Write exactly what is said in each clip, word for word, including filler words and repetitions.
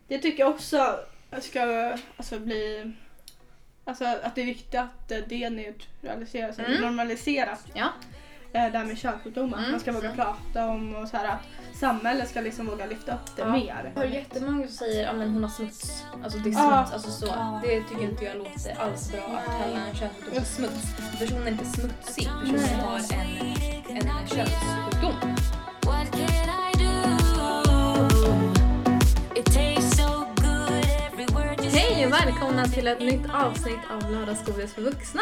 Det tycker jag också ska alltså, bli... Alltså att det är viktigt att det neutraliseras, mm. normaliseras. Ja. Det här med könssjukdomar. Mm. Man ska våga prata om och så här att samhället ska liksom våga lyfta upp det ja. mer. Jag har jättemånga som säger att hon har smuts. Alltså det är smuts. Ja. Alltså så. Ja. Det tycker inte jag låter alls bra att kalla en könssjukdom för smuts. Personen är inte smutsig. Personen har en, en könssjukdom. Hej och välkomna till ett nytt avsnitt av Lördagsgodis för vuxna.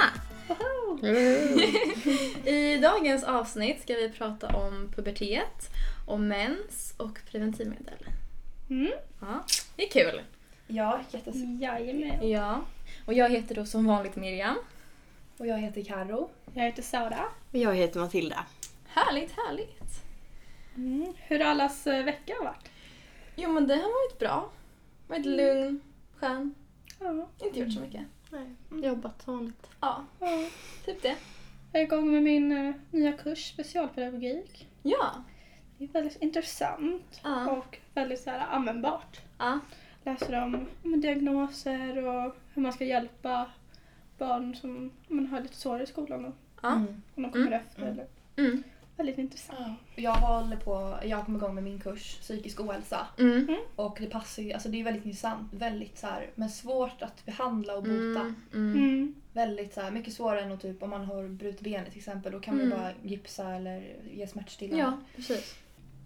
I dagens avsnitt ska vi prata om pubertet, om mens och preventivmedel. Mm. Ja, det är kul. Ja, jättespännande. Ja, och jag heter då som vanligt Miriam. Och jag heter Karo. Jag heter Sara. Och jag heter Matilda. Härligt, härligt. Mm. Hur har allas vecka varit? Jo, men det har varit bra. Varit mm. lugn, skön. Ja. Inte gjort så mycket. Nej, jobbat vanligt. Ja, ja. Typ det. Jag är igång med min uh, nya kurs, specialpedagogik. Ja. Det är väldigt intressant ja. och väldigt så här, användbart. Ja. Läser om, om diagnoser och hur man ska hjälpa barn som man har lite svårare i skolan. Och, ja. mm. Om de kommer mm. efter. Eller. Mm. Väldigt intressant. Ja. Jag håller på, jag kommer igång med min kurs psykisk ohälsa. Mm. Mm. Och det passar ju, alltså det är väldigt intressant, väldigt så här, men svårt att behandla och bota. Mm. Mm. Mm. Väldigt så här, mycket svårare än att typ om man har brutit benet till exempel, då kan man mm. bara gipsa eller ge smärtstillande. Ja, precis.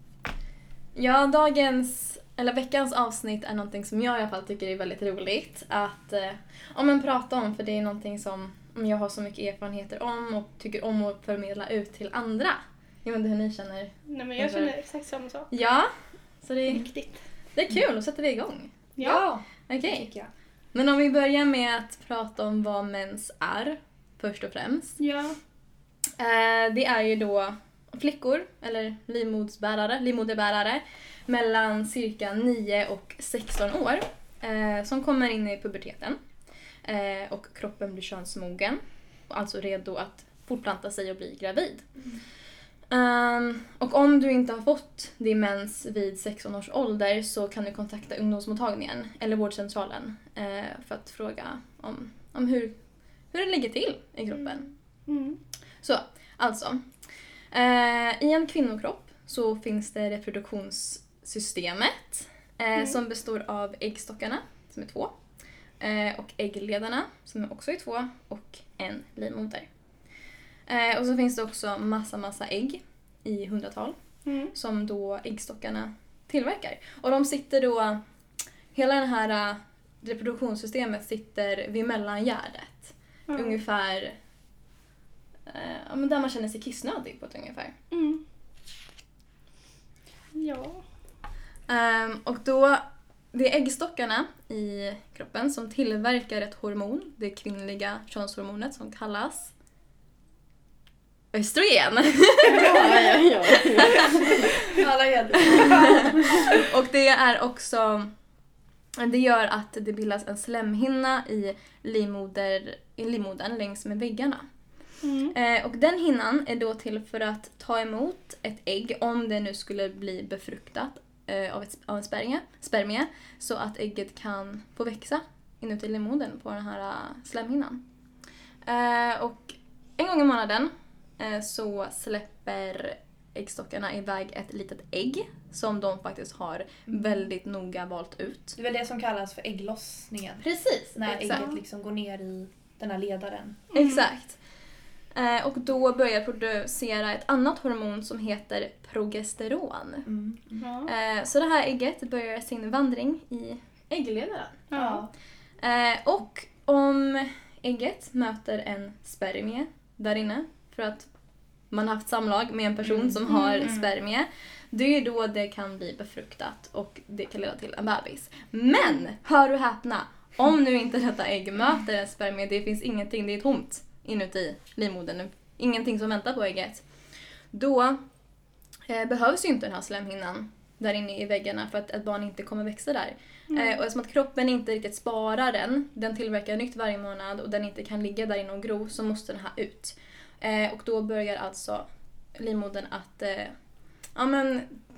Ja, dagens eller veckans avsnitt är någonting som jag i alla fall tycker är väldigt roligt att eh, om man pratar om, för det är någonting som jag har så mycket erfarenheter om och tycker om att förmedla ut till andra. Jag vet inte hur ni känner. Nej, men jag känner exakt samma sak. Ja, så det är viktigt. Det är kul, då sätter vi igång. Ja, okej. Okay. Men om vi börjar med att prata om vad mens är, först och främst. Ja. Eh, det är ju då flickor, eller livmoderbärare, livmoderbärare mellan cirka nio och sexton år eh, som kommer in i puberteten. Eh, och kroppen blir könsmogen, alltså redo att fortplanta sig och bli gravid. Mm. Um, och om du inte har fått din mens vid sexton års ålder så kan du kontakta ungdomsmottagningen eller vårdcentralen eh, för att fråga om, om hur, hur det ligger till i kroppen. Mm. Mm. Så, alltså. Eh, I en kvinnokropp så finns det reproduktionssystemet eh, mm. som består av äggstockarna, som är två. Eh, och äggledarna, som också är två. Och en livmoder. Eh, och så finns det också massa, massa ägg i hundratal. Mm. Som då äggstockarna tillverkar. Och de sitter då... Hela det här reproduktionssystemet sitter vid mellangärdet. Mm. Ungefär... Eh, ja, men där man känner sig kissnödig på ett ungefär. Mm. Ja. Um, och då... Det är äggstockarna i kroppen som tillverkar ett hormon. Det kvinnliga könshormonet som kallas... östrogen. Ja, ja, ja. Alla helt. Och det är också... Det gör att det bildas en slemhinna i, livmoder, i livmodern längs med väggarna. Mm. Eh, och den hinnan är då till för att ta emot ett ägg om det nu skulle bli befruktat eh, av, ett, av en spermie, spermie. Så att ägget kan få växa inuti livmodern på den här slemhinnan. Eh, och en gång i månaden så släpper äggstockarna iväg ett litet ägg som de faktiskt har väldigt noga valt ut. Det är väl det som kallas för ägglossningen. Precis. När exakt. ägget liksom går ner i den här ledaren. Mm. Exakt. Eh, och då börjar producera ett annat hormon som heter progesteron. Mm. Mm. Eh, så det här ägget börjar sin vandring i äggledaren. Ja. Eh, och om ägget möter en spermie där inne, för att man har haft samlag med en person mm. som har mm. spermie, det är då det kan bli befruktat och det kan leda till en bebis. Men, hör du häpna, om nu inte detta ägg möter en spermie, det finns ingenting, det är tomt inuti livmodern, ingenting som väntar på ägget, då eh, behövs ju inte den här slemhinnan där inne i väggarna för att ett barn inte kommer växa där. Mm. Eh, och eftersom att kroppen inte riktigt sparar den, den tillverkar nytt varje månad och den inte kan ligga där inne och gro, så måste den här ut. Eh, och då börjar alltså livmodern att eh, ja, men,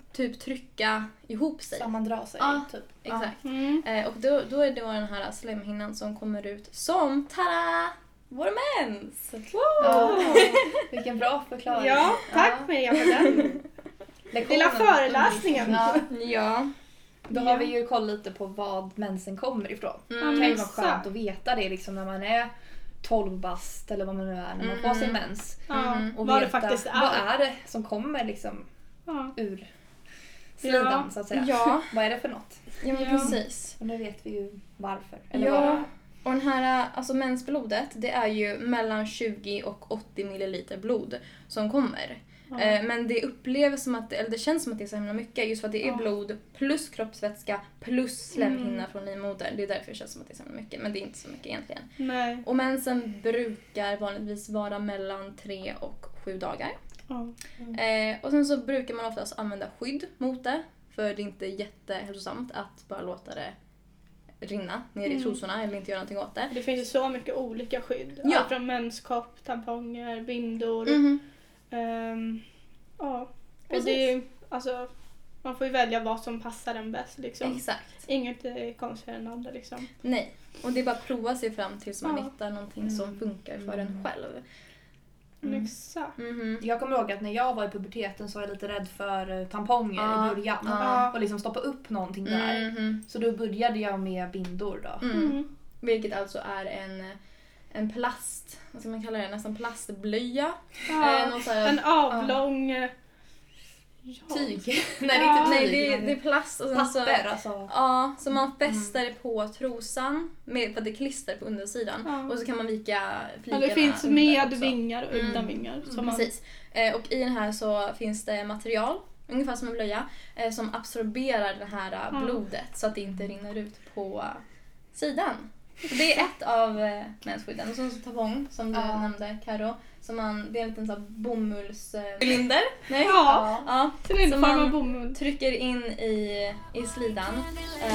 typ trycka ihop sig. Sammandra sig, Ja. typ. Exakt. Mm. Eh, och då, då är det den här slemhinnan som kommer ut som, tada! Vår mens! Ja. Vilken bra förklaring. Ja, tack Ja. Miriam för den Lektionen. lilla föreläsningen. Ja. Ja. Då har vi ju kollat lite på vad mensen kommer ifrån. Mm. Det kan ju vara Exakt. skönt att veta det liksom när man är tolv bast eller vad man nu är när man Mm. får sin mens. Ja, Mm. Och vad det veta faktiskt är. vad är det som kommer liksom Ja. ur slidan Ja. så att säga. Ja. Vad är det för något? Ja, men Ja. precis. Och nu vet vi ju varför. Eller vad det Ja, är. och den här, alltså mensblodet, det är ju mellan tjugo och åttio milliliter blod som kommer. Ja. Eh, men det upplevs som att, eller det känns som att det är så himla mycket just för att det är Ja. blod plus kroppsvätska plus slemhinna Mm. från livmodern. Det är därför det känns som att det är så himla mycket, men det är inte så mycket egentligen. Nej. Och mensen brukar vanligtvis vara mellan tre och sju dagar. Ja. Eh, och sen så brukar man oftast använda skydd mot det. För det är inte jättehälsosamt att bara låta det rinna ner i Mm. trosorna eller inte göra någonting åt det. Det finns ju så mycket olika skydd. Ja. Allt från menskopp, tamponger, bindor. Mhm. Ehm, ja. Och Precis. det är ju, alltså, man får ju välja vad som passar en bäst liksom. Exakt. Inget är konstigare än andra liksom. Nej. Och det är bara att prova sig fram tills man Ja. hittar någonting som funkar för en själv. Mm. Exakt. Mhm. Jag kommer ihåg att när jag var i puberteten så var jag lite rädd för eh, tamponger Ja. i början. Ja. Och liksom stoppa upp någonting där. Mhm. Så då började jag med bindor då. Mm. Mm. Vilket alltså är en, en plast, vad ska man kalla det, nästan plastblöja. Ja. Eh, någon så här- En avlång... eh, Ja. Tyg. Nej, Ja. det är Nej, inte tyg. det, är- men det är plast och sen så... papper alltså. Ja, så man fäster det på trosan med, för att det är klister på undersidan. Ja. Och så kan man vika Ja, flikarna det finns under med också. vingar och utan Mm. vingar. Som man, Precis. Eh, och i den här så finns det material, ungefär som en blöja, eh, som absorberar det här eh, Ja. blodet så att det inte rinner ut på sidan. Så det är ett av eh, mensskydden. Och så tampong som du Ja. nämnde, Karo. Som man, det är en liten sån här bomullscylinder. Eh, Nej? Ja. ja. så det är Så en form man- av bomull. Trycker in i, i slidan. Eh,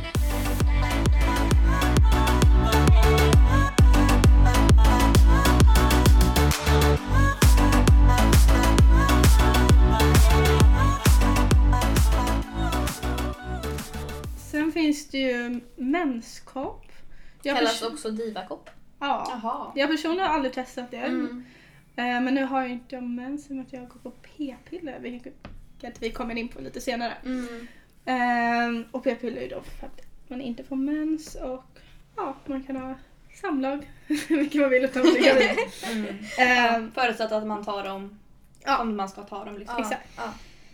Sen finns det ju menskopp. Jag kallas pers- också divakopp. Ja. Jaha. Jag personligen har aldrig testat det. Mm. Eh, Men nu har jag inte jag mens i och med att jag går på p-piller. Vilket vi kommer in på lite senare. Mm. Eh, Och p-piller är ju då för att man inte får mens. Och ja, man kan ha samlag. Vilket man vill utan att bli gravid. Mm. Eh, Förutsatt att man tar dem Ja. om man ska ta dem. Liksom. Ja. Exakt. Ja.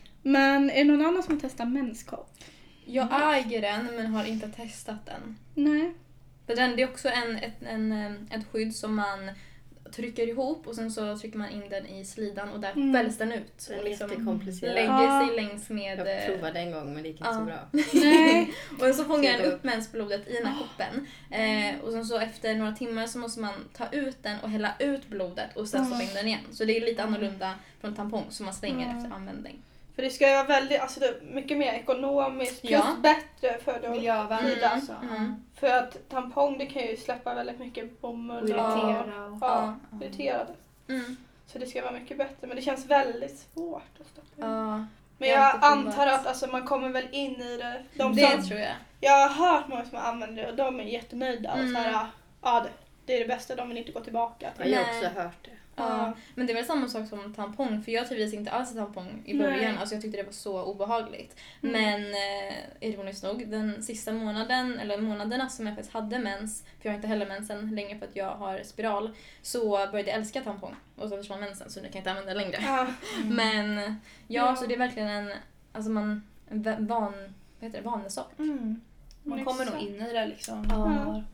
Men är det någon annan som har testat menskopp? Jag äger den men har inte testat den. Nej. För den, det är också en, ett, en, em, ett skydd som man trycker ihop och sen så trycker man in den i slidan och där Mm. väljs den ut. Det Och är liksom jättekomplicerat. lägger Ja. sig längs med... Jag eh, provade en gång men det gick inte Ja. så bra. Nej. Och så fångar den Sätta upp mensblodet i den här koppen. Eh, och sen så efter några timmar så måste man ta ut den och hälla ut blodet och sen Ja. stoppa in den igen. Så det är lite annorlunda från tampong som man slänger Ja. efter användning. För det ska ju vara väldigt, alltså det är mycket mer ekonomiskt plus Ja. bättre för det. Miljövänligt Mm. alltså. Mm. För att tampong det kan ju släppa väldigt mycket bomull Och och irritera. Och... ja, Ja. irriterade. Mm. Så det ska vara mycket bättre men det känns väldigt svårt att stoppa in. Ja, Men jag har jag inte provat. antar att alltså, man kommer väl in i det. De det som, tror jag. jag har hört många som använder det och de är jättenöjda. Och Mm. så här, ja, det, det är det bästa, de vill inte gå tillbaka Ja, till. jag har Nej. också hört det. Ja, men det är väl samma sak som tampong för jag trivdes inte alls i tampong i början. Nej. Alltså jag tyckte det var så obehagligt. Mm. Men eh, ironiskt nog, den sista månaden, eller månaderna som jag faktiskt hade mens, för jag har inte heller mensen längre för att jag har spiral, så började jag älska tampong. Och så försvann mensen så nu kan jag inte använda det längre. Ja. Men ja, Ja. så det är verkligen en, alltså man, en va- van, vad heter det, vanesak. Mm. Man kommer nog Exakt. in i det liksom. Ja.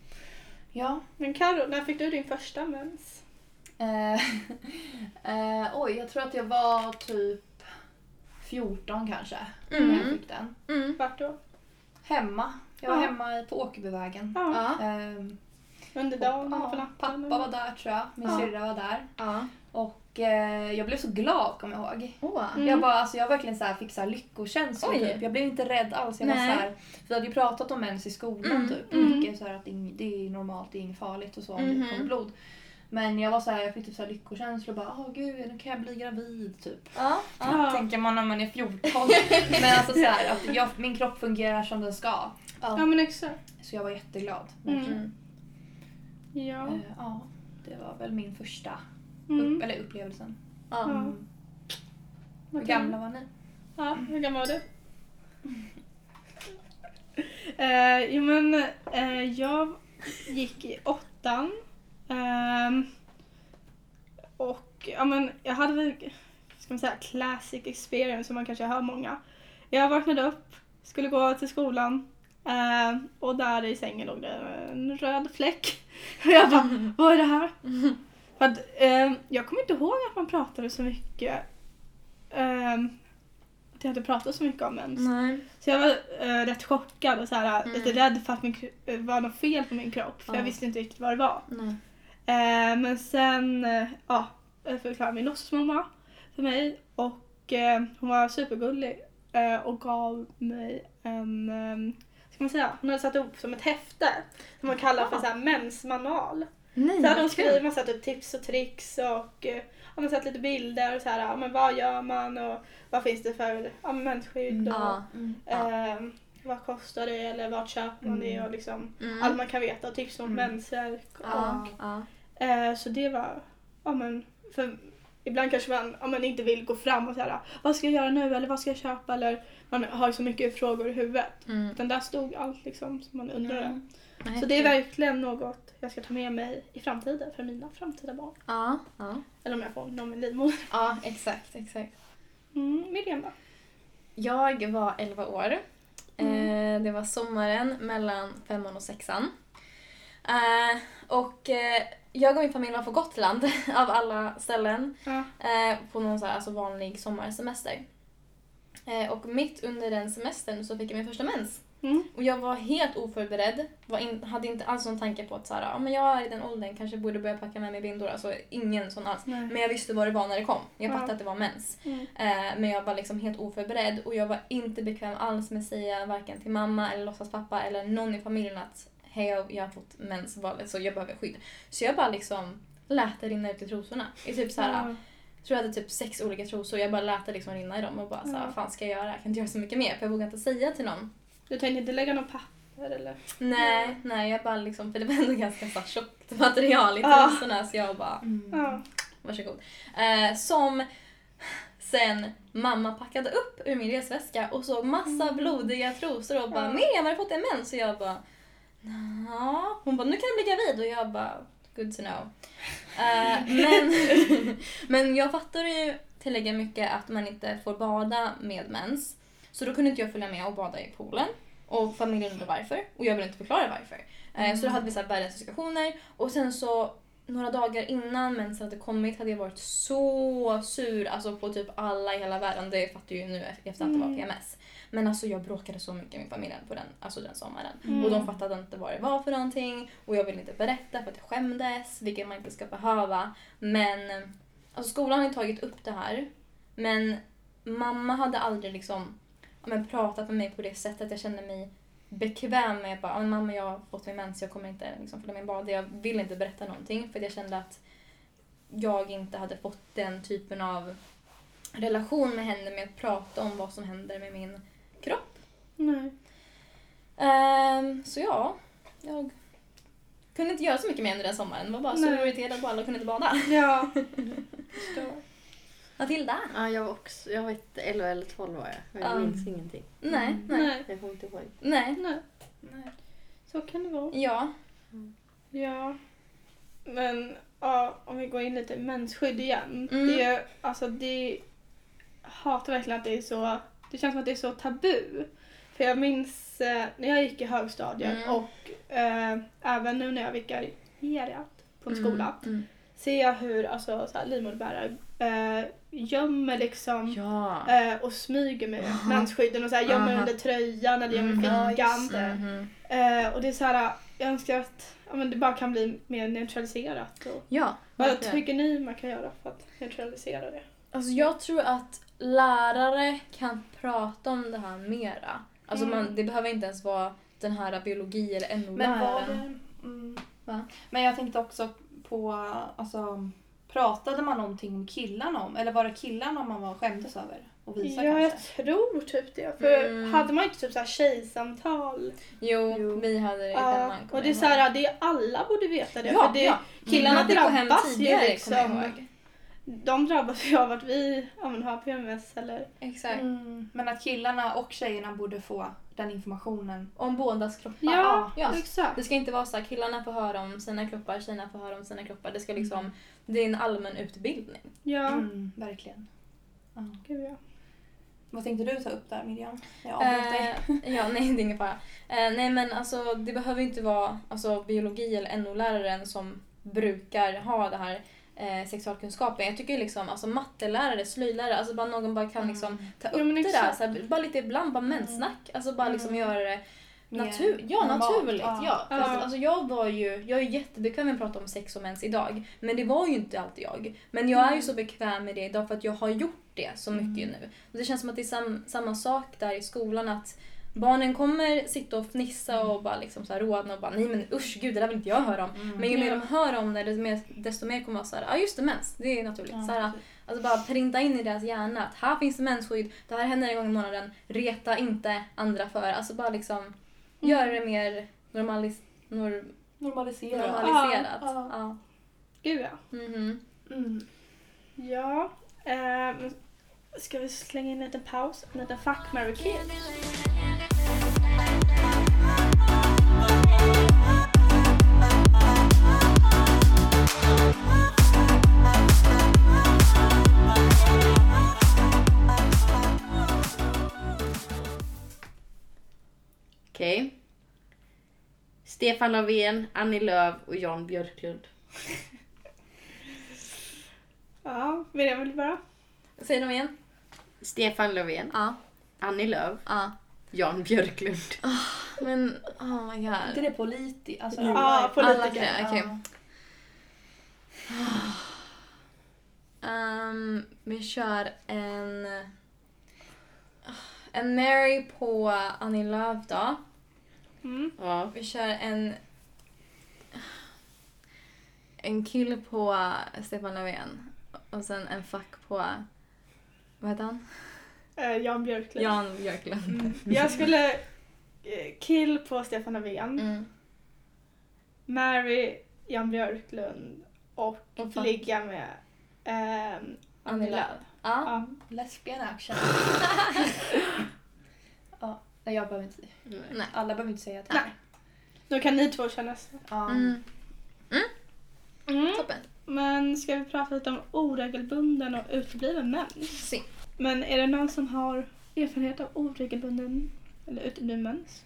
Ja. Men Karo, när fick du din första mens? Eh, eh, oj, jag tror att jag var typ fjorton kanske när jag Mm. fick den. Mm. Vart då? Hemma. Jag var Ja. hemma på Åkerbyvägen. Ja. Ja. Ehm, Under och, dagen eller på ja, natten? pappa eller? var där tror jag. Min Ja. syrra var där. Ja. Och eh, jag blev så glad kommer jag ihåg. Åh. Mm. Jag, bara, alltså, jag verkligen så här, fick så här lyckokänslor. Oj. Typ. Jag blev inte rädd alls. Jag var så Nej. här, för jag hade ju pratat om mens i skolan. Mm. Typ. Mm. Mycket så här, att det är, ing- det är normalt, det är inget farligt och så om Mhm. det kommer blod. Men jag var så här, jag fick typ så här lyckokänslor och bara, åh gud, nu kan jag bli gravid typ. Ja, ja. Ja. Tänker man när man är fjorton. Men alltså så här, att jag, min kropp fungerar som den ska. Ja men exakt. Så jag var jätteglad. Mm. Mm. Ja. Eh, ja, det var väl min första Mm. upp, eller upplevelsen. Ja. Ja. Hur Vad gamla var ni? Ja, hur gammal var du? uh, jo men uh, jag gick i åttan. Um, och ja men jag hade väl, ska man säga, classic experience som man kanske hör många. Jag vaknade upp, skulle gå till skolan uh, och där i sängen låg det en röd fläck. Och jag bara, vad är det här? För att, uh, jag kommer inte ihåg att man pratade så mycket uh, att jag hade pratat så mycket om mens. Nej. Så jag var uh, rätt chockad och så här, Mm. lite rädd för att det uh, var något fel på min kropp. För Ja. jag visste inte riktigt vad det var. Nej. Uh, men sen uh, ja, förklarade min låtsasmamma för mig. Och uh, hon var supergullig uh, och gav mig en, um, ska man säga, hon hade satt upp som ett häfte. Som man kallar för så här, mensmanual. Nej, Så hade hon vad kul. skrivit massa typ tips och tricks och uh, har man sett lite bilder och så här, ja, men vad gör man och vad finns det för ja, mensskydd och Ja. Ja. ehm, vad kostar det eller vart köper man det och liksom Mm. allt man kan veta och tips om Mm. mensvärk. Ja. Och, Ja. eh, så det var, ja men, för ibland kanske man, om man inte vill gå fram och säga vad ska jag göra nu eller vad ska jag köpa eller man har så mycket frågor i huvudet. Mm. Utan där stod allt liksom som man undrade. Mm. Nej, Så det är kul. verkligen något jag ska ta med mig i framtiden för mina framtida barn. Ja. Ja. Eller om jag får någon med livmoder. Ja, exakt, exakt. Mm, Miriam då? Jag var elva år. Mm. Eh, det var sommaren mellan femman och sexan. Eh, och eh, jag och min familj var på Gotland av alla ställen. Ja. Eh, på någon så här, alltså vanlig sommarsemester. Eh, och mitt under den semestern så fick jag min första mens. Mm. Och jag var helt oförberedd. Var in, hade inte alls någon tanke på att så här, ja, men jag är i den åldern, kanske borde börja packa med mig bindor. Alltså ingen sån alls. Nej. Men jag visste vad det var när det kom. Jag Ja. fattade att det var mens. Mm. Eh, men jag var liksom helt oförberedd och jag var inte bekväm alls med att säga varken till mamma eller låtsaspappa eller någon i familjen att hej, jag har fått mens, så jag behöver skydd. Så jag bara liksom lät det rinna ut i trosorna. I typ så här, Ja. jag tror jag hade typ sex olika trosor. Jag bara lät det liksom rinna i dem och bara så här, Ja. vad fan ska jag göra? Jag kan inte göra så mycket mer för jag vågar inte säga till någon. Du tänkte inte lägga någon papper eller? Nej, Ja. nej, jag bara liksom, för det var ändå ganska så här tjockt material i Ja. trosorna så jag bara, Mm. Ja. varsågod. Eh, som sen mamma packade upp ur min resväska och såg massa blodiga trosor och bara, Ja. Miriam har du fått en mens? Så jag bara, ja. Hon bara, nu kan du bli gravid och jag bara, good to know. Eh, men, men jag fattar ju tillägga mycket att man inte får bada med mens. Så då kunde inte jag följa med och bada i poolen. Och familjen undrade varför. Och jag ville inte förklara varför. Eh, Så då hade vi så här världens diskussioner. Och sen så några dagar innan mensen hade kommit hade jag varit så sur. Alltså på typ alla i hela världen. Det fattar ju nu efter att det var P M S. Men alltså jag bråkade så mycket med min familj på den, alltså den sommaren. Mm. Och de fattade inte vad det var för någonting. Och jag ville inte berätta för att jag skämdes. Vilket man inte ska behöva. Men alltså skolan har tagit upp det här. Men mamma hade aldrig liksom ja, men pratat med mig på det sättet. Jag kände mig bekväm med bara, mamma jag har fått min mens, jag kommer inte liksom följa min bad. Jag vill inte berätta någonting för jag kände att jag inte hade fått den typen av relation med henne med att prata om vad som händer med min kropp. Nej. Ehm, så ja, jag kunde inte göra så mycket mer under den sommaren. Det var bara så Nej. irriterad på alla och kunde inte bada. Ja. Förstår. Matilda? Ja, jag var också, jag vet elva eller tolv var jag. Jag Ja. minns ingenting. Nej, Mm. nej, Nej. Jag kommer inte ihåg. nej. Nej. Nej. Så kan det vara. Ja. Ja. Men ja, om vi går in lite i mensskydd igen. Mm. Det är alltså det jag hatar verkligen att det är så, det känns som att det är så tabu. För jag minns eh, när jag gick i högstadiet Mm. och eh, även nu när jag vikarierat på en skola. Mm. Ser jag hur alltså, så här, livmoderbärare eh, gömmer liksom Ja. eh, och smyger med Aha. mensskydden och så här, gömmer Aha. under tröjan eller gömmer Mm, ja, fickan. just det. Mhm. Eh, och det är så här, jag önskar att ja, men det bara kan bli mer neutraliserat. Och, Ja, vad verkligen. tycker ni man kan göra för att neutralisera det? Alltså jag tror att lärare kan prata om det här mera. Alltså Mm. man, det behöver inte ens vara den här biologi eller Men var N O-läraren. det... Mm. Va? Men jag tänkte också på, alltså, pratade man någonting om killarna om? Eller var det killarna man var skämdes över och visa Ja, jag kanske? tror typ det. För Mm. hade man inte typ så här tjejsamtal? Jo, Jo. vi hade det i Ja, femman, kommer och det är jag så ihåg. här, det är alla borde veta det. Ja, för det, ja. killarna Vi hade gå hem drabbas ju tidigare, kommer jag liksom. ihåg. De drabbas ju av att vi ja, men, har P M S eller... Exakt. Mm. Men att killarna och tjejerna borde få den informationen. Om bådas kroppar. Ja, ja. exakt. Det ska inte vara så här, killarna får höra om sina kroppar, tjejerna får höra om sina kroppar. Det ska liksom, det är en allmän utbildning. Ja, Mm, verkligen. Ja. gud ja. Vad tänkte du ta upp där, Miriam? Jag avbröt dig. Eh, ja, nej, det är ingen fara. Eh, nej, men alltså, det behöver inte vara alltså, biologi eller N O-läraren som brukar ha det här eh, sexualkunskapen. Jag tycker liksom, alltså mattelärare, slöjdlärare, alltså bara någon bara kan liksom ta upp Ja, men det där. exakt. Så här, bara lite ibland, bara menssnack. Alltså bara liksom Mm. göra det Mer natur- ja, normalt. naturligt. Ja. Ja. För Ja. att, alltså, jag var ju, jag är jättebekväm med att prata om sex och mens idag. Men det var ju inte alltid jag. Men jag är ju så bekväm med det idag för att jag har gjort det så mycket nu. Och det känns som att det är sam, samma sak där i skolan, att barnen kommer sitta och fnissa och bara liksom så här rodna och bara nej men usch gud, det där vill inte jag höra om. Mm. Men ju mer Ja. de hör om det, desto mer, desto mer kommer vara så här, ja just det, mens, det är naturligt. Ja, Så här, alltså bara printa in i deras hjärna att här finns det mensskydd, det här händer en gång i månaden, reta inte andra för. Alltså bara liksom göra det mer normalis- nor- Normalisera. normaliserat. Ja, ja. Ja. Gud ja. Mhm. Mm. Ja. Eh, ska vi slänga in en liten paus? En liten fuck, marry, kill. Okej. Stefan Löfven, Annie Lööf och Jan Björklund. Ja, Miriam vill du börja? Säg dem igen. Stefan Löfven, Ja. Annie Lööf, Ja. Jan Björklund. Men, oh my god. Inte det politi? Alltså, Ja, alla- politiker. Alla grejer, okej. Ja. Um, vi kör en... En Mary på Annie Lööf då. Mm. Ja. Vi kör en... En kill på Stefan Löfven. Och sen en fuck på... Vad heter han? Eh, Jan Björklund. Jan Björklund. Mm. Jag skulle eh, kill på Stefan Löfven, Mm. marry Jan Björklund och, Och fuck. ligga med ehm, Annie Lööf. Ja. Ja. Lesbian action. Ja, nej, jag behöver inte. Nej. Alla behöver inte säga till. Nej. Då kan ni två känna så. Ja. Mm. Mm. Toppen. Men ska vi prata lite om oregelbunden och utebliven mens? Se. Men är det någon som har erfarenhet av oregelbunden eller utebliven mens?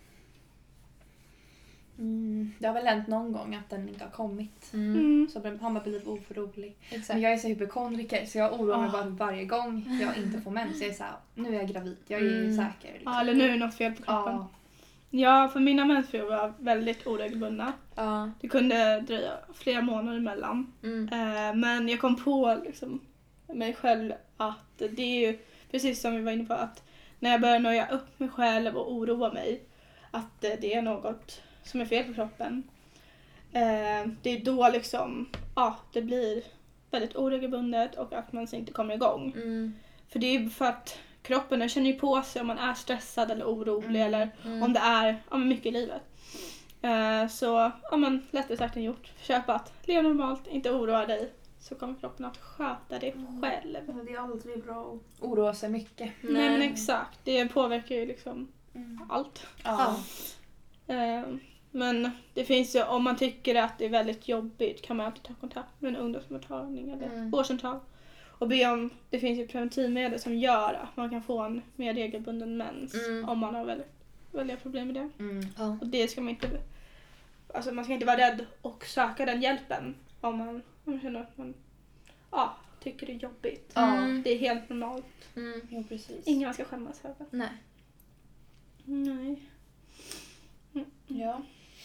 Mm. Det har väl hänt någon gång att den inte har kommit. Mm. Mm. Så har man blivit oförrolig. Men Exakt. jag är så hypokondriker så jag oroar mig Ah. bara varje gång jag inte får mens. Jag är så här, nu är jag gravid, jag är Mm. säker. Liksom. Ja, eller nu är det något fel på kroppen. Ja. Ja, för mina mensperioder var väldigt oregelbundna. Ja. Det kunde dröja flera månader emellan. Mm. Eh, men jag kom på liksom, mig själv att det är ju precis som vi var inne på, att när jag börjar nöja upp mig själv och oroa mig att eh, det är något som är fel på kroppen. Eh, det är då liksom, ja, det blir väldigt oregelbundet och att man inte kommer igång. Mm. För det är ju för att kroppen den känner ju på sig om man är stressad eller orolig eller Mm. om det är ja, men mycket i livet. Eh, så ja, men, lättare sagt än gjort. Försök att leva normalt, inte oroa dig. Så kommer kroppen att sköta det själv. Det är aldrig bra att oroa sig mycket. Nej men exakt, det påverkar ju liksom Mm. allt. Ja. Eh, men det finns ju, om man tycker att det är väldigt jobbigt kan man alltid ta kontakt med en ungdomsmottagning eller Mm. vårdcentral. Och be om, det finns ju preventivmedel som gör att man kan få en mer regelbunden mens Mm. om man har väldigt, väldigt problem med det. Mm. Ja. Och det ska man inte, alltså man ska inte vara rädd och söka den hjälpen om man, om man känner att man ja, tycker det är jobbigt. Mm. Det är helt normalt. Mm. Jo, precis. Ingen man ska skämmas över. Nej. Nej. Ja.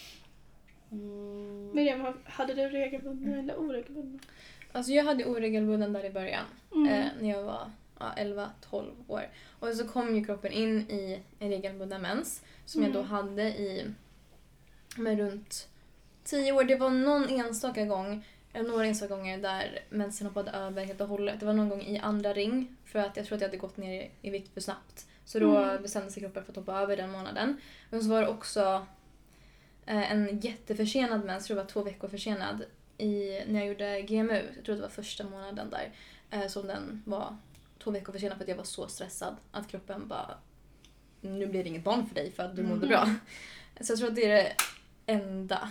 Mm. Miriam, hade du regelbunden eller oregelbunden? Alltså jag hade oregelbunden där i början. Mm. Eh, när jag var ja, elva tolv år. Och så kom ju kroppen in i en regelbunden mens. Som Mm. jag då hade i med runt tio år, det var någon enstaka gång, eller några enstaka gånger där mensen hoppade över helt och hållet. Det var någon gång i andra ring, för att jag tror att jag hade gått ner i vikt för snabbt. Så då Mm. bestämde sig kroppen för att hoppa över den månaden. Men så var det också eh, en jätteförsenad mens, jag tror det var två veckor försenad, i, när jag gjorde G M U. Jag tror det var första månaden där eh, som den var två veckor försenad för att jag var så stressad att kroppen bara, nu blir det inget barn för dig för att du mådde Mm. bra. Så jag tror att det är det enda.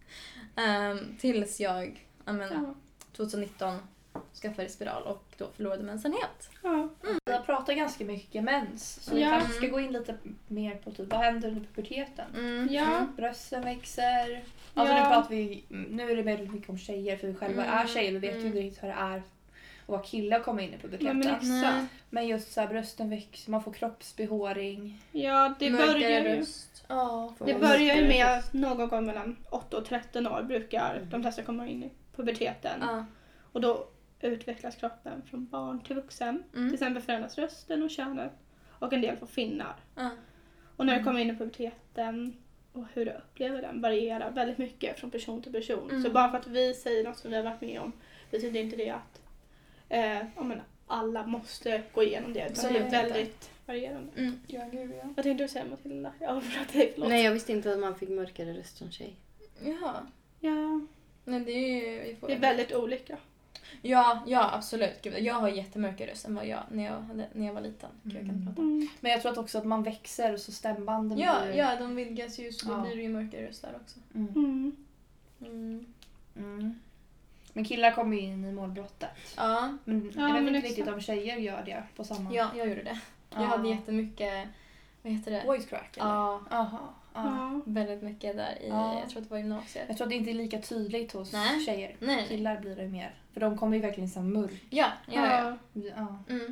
Um, tills jag amen, Ja. tjugonitton skaffade spiral och då förlorade mensen helt. Ja. Vi har pratat ganska mycket mens, så vi Ja. kanske ska gå in lite mer på typ, vad händer under puberteten? Mm. Ja. Brösten växer. Alltså Ja. nu pratar vi, nu är det väldigt mycket om tjejer för vi själva Mm. är tjejer. Vi vet ju Mm. inte riktigt hur det är att vara kille och komma in i puberteten. Men Men, exakt. just så här, brösten växer, man får kroppsbehåring. Ja, det Mörkare börjar ju. röst. Ja. Det börjar ju med någon gång mellan åtta och tretton år brukar Mm. de flesta komma in i puberteten. Ja. Och då utvecklas kroppen från barn till vuxen. Till Mm. exempel förändras rösten och könet. Och en del får finnar. Ja. Och när du kommer in i puberteten och hur du upplever den varierar väldigt mycket från person till person. Mm. Så bara för att vi säger något som vi har varit med om betyder inte det att eh, ja, men alla måste gå igenom det. Utan det Absolut är inte. väldigt varierande. Mm. Ja, gud ja. Vad tänkte du säga, Matilda? Jag avbröt dig, förlåt. Nej, jag visste inte att man fick mörkare röst som tjej. Jaha. Ja, Nej, det är ju... vi får- det är väldigt olika. Ja, ja, absolut. Gud, jag har jättemörkare röst än vad jag när jag, hade, när jag var liten. Gud, jag kan inte Mm. prata. Mm. Men jag tror att också att man växer så stämbanden Ja, blir... ja, de vidgas ju så då Ja. blir det ju mörkare röst där också. Mm. Mm. Mm. Mm. Men killar kommer ju in i målbrottet. Ja, Men Ja, jag vet men inte exakt. riktigt om tjejer gör det på samma... ja, jag gjorde det. Jag Ja. hade jättemycket, vad heter det? Voice crack eller? Ja, Aha. Ja. Ja. väldigt mycket där i, Ja. jag tror att det var gymnasiet. Jag tror att det inte är lika tydligt hos Nej. tjejer. Nej, nej. Killar blir det mer. För de kommer ju verkligen så här mörk. Ja, ja, ja. Ja. Mm.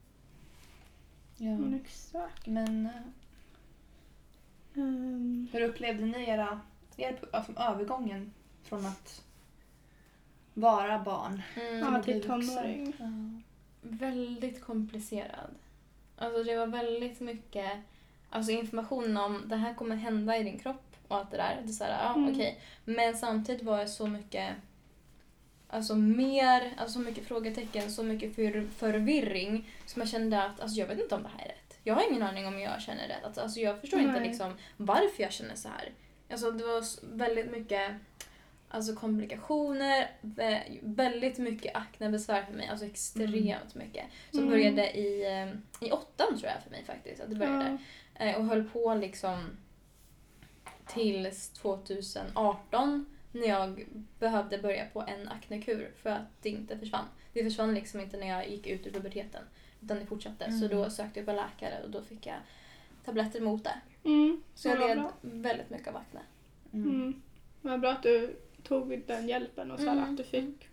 ja. Mm, exakt. Men eh, Um, hur upplevde ni era, er alltså, övergången från att vara barn Mm. Ja, att till bli vuxen? tonåring. Ja. Väldigt komplicerad. Alltså det var väldigt mycket alltså information om det här kommer hända i din kropp och allt det där. Det är så här, ja, Mm. okej. Men samtidigt var det så mycket alltså mer, alltså så mycket frågetecken, så mycket för, förvirring som jag kände att alltså jag vet inte om det här är rätt. Jag har ingen aning om jag känner rätt. Alltså, alltså jag förstår inte Nej. liksom varför jag känner så här. Alltså det var s- väldigt mycket alltså komplikationer, vä- väldigt mycket aknebesvär för mig, alltså extremt mycket. Som Mm. började i, eh, i åttan tror jag för mig faktiskt, att det började. ja. Eh, Och höll på liksom tills tjugoarton när jag behövde börja på en aknekur för att det inte försvann. Det försvann liksom inte när jag gick ut ur puberteten utan det fortsatte. Så Mm. då sökte jag på läkare och då fick jag tabletter mot det. Mm. Så jag Vad led bra. väldigt mycket av akne. Mm. Mm. Vad bra att du tog den hjälpen och så här, Mm. att du fick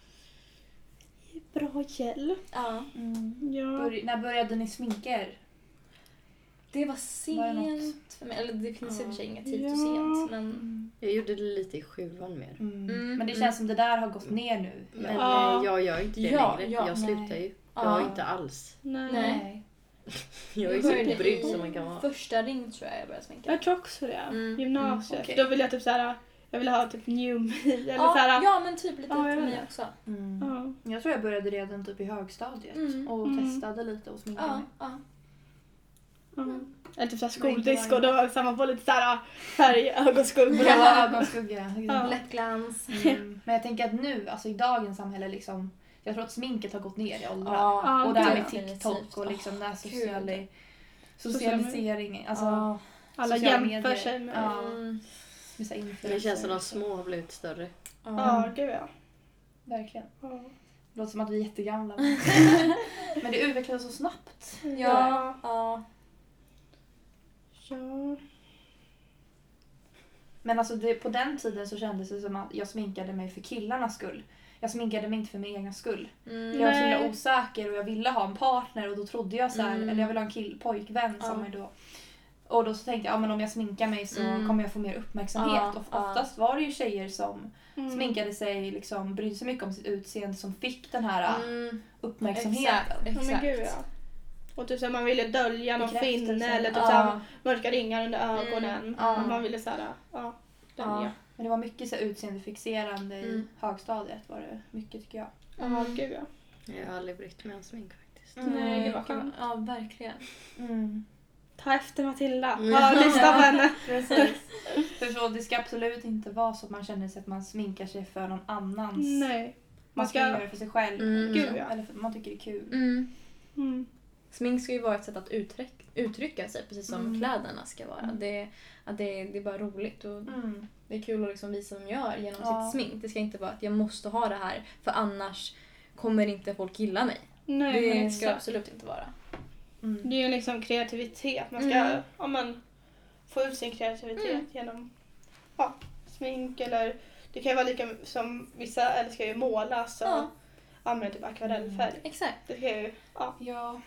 bra hjälp. Ja. Mm. Ja. Bör- när började ni sminka er? Det var Var det något? sent för mig. Eller det finns i och för sig inga tid Ja. och sent. Men, Jag gjorde det lite i sjuan mer. Mm. Mm, Men det mm. känns som det där har gått ner nu. Men Ja. eh, jag gör inte det Ja, längre. ja, jag slutar nej. ju. Ja. Jag har inte alls. Nej. Nej. Jag är Jag så började brydd i som man kan vara. första ring tror jag jag började sminka. Jag tror också det. Mm. Gymnasiet. Mm, okej. Då vill jag typ så här, jag vill ha typ new me eller Ja, så här. ja, men typ lite Ja, för jag mig vet. också. Mm. Ja. Jag tror jag började redan typ i högstadiet Mm. och Mm. testade lite och sminka Ja, mig. ja. Ja. Eller typ så här Men inte skoldisco, varje- då samma på lite så här färg, ögonskugga. Ja, ögonskugga. Ja. Läppglans. Mm. Men jag tänker att nu, alltså i dagens samhälle liksom, jag tror att sminket har gått ner i åldrar. Ja, och det här gud, med definitivt. TikTok och liksom den här sociali- Gud. socialisering. Alltså, Ja. Alla Sociala jämför medier. sig med. Ja. Mm. med så här Det influencers känns som de och- små har blivit större. Ja, gud ja. Verkligen. Ja. Det låter som att vi är jättegamla. Men det utvecklas så snabbt. Ja. Ja. Ja. Men alltså det, på den tiden så kändes det som att jag sminkade mig för killarnas skull. Jag sminkade mig inte för min egen skull. Mm. Jag var så Nej. himla osäker och jag ville ha en partner och då trodde jag så här, Mm. eller jag ville ha en kill, pojkvän som Ja. är då. Och då så tänkte jag, ja men om jag sminkar mig så Mm. kommer jag få mer uppmärksamhet. Ja, och ja. oftast var det ju tjejer som Mm. sminkade sig, liksom brydde sig mycket om sitt utseende som fick den här Mm. uppmärksamheten. Exakt, Ja, men exakt. gud ja. Och typ så här, man ville dölja någon Bekräftelse. finne eller typ Ja. så här, mörka ringar under ögonen. Mm. Ja. Man ville så här, ja. brösten. Ja. Ja, Men det var mycket så här utseendefixerande i Mm. högstadiet var det mycket tycker jag. ja Mm. gud ja. Jag har aldrig brytt mig om smink faktiskt. Nej, gud vad gud, skönt. Ja, verkligen. Mm. Ta efter Matilda. Mm. Ja, lyssna på henne. Precis. För så, det ska absolut inte vara så att man känner sig att man sminkar sig för någon annans. Nej. Man Man ska ska... göra det för sig själv. Mm. Gud, ja. Eller för att man tycker det är kul. Mm. Mm. Smink ska ju vara ett sätt att uttryck, uttrycka sig, precis som Mm. kläderna ska vara. Mm. Det, att det, det är bara roligt och Mm. det är kul att liksom visa vad man gör genom Ja. sitt smink. Det ska inte vara att jag måste ha det här för annars kommer inte folk gilla mig. Nej, men Det exakt. ska absolut inte vara. Mm. Det är ju liksom kreativitet. Man ska Mm. ja, men, få ut sin kreativitet Mm. genom ja, smink eller det kan ju vara lika som vissa älskar ju måla så Ja. använder typ akvarellfärg. Exakt. Det kan ju, ja. Ja.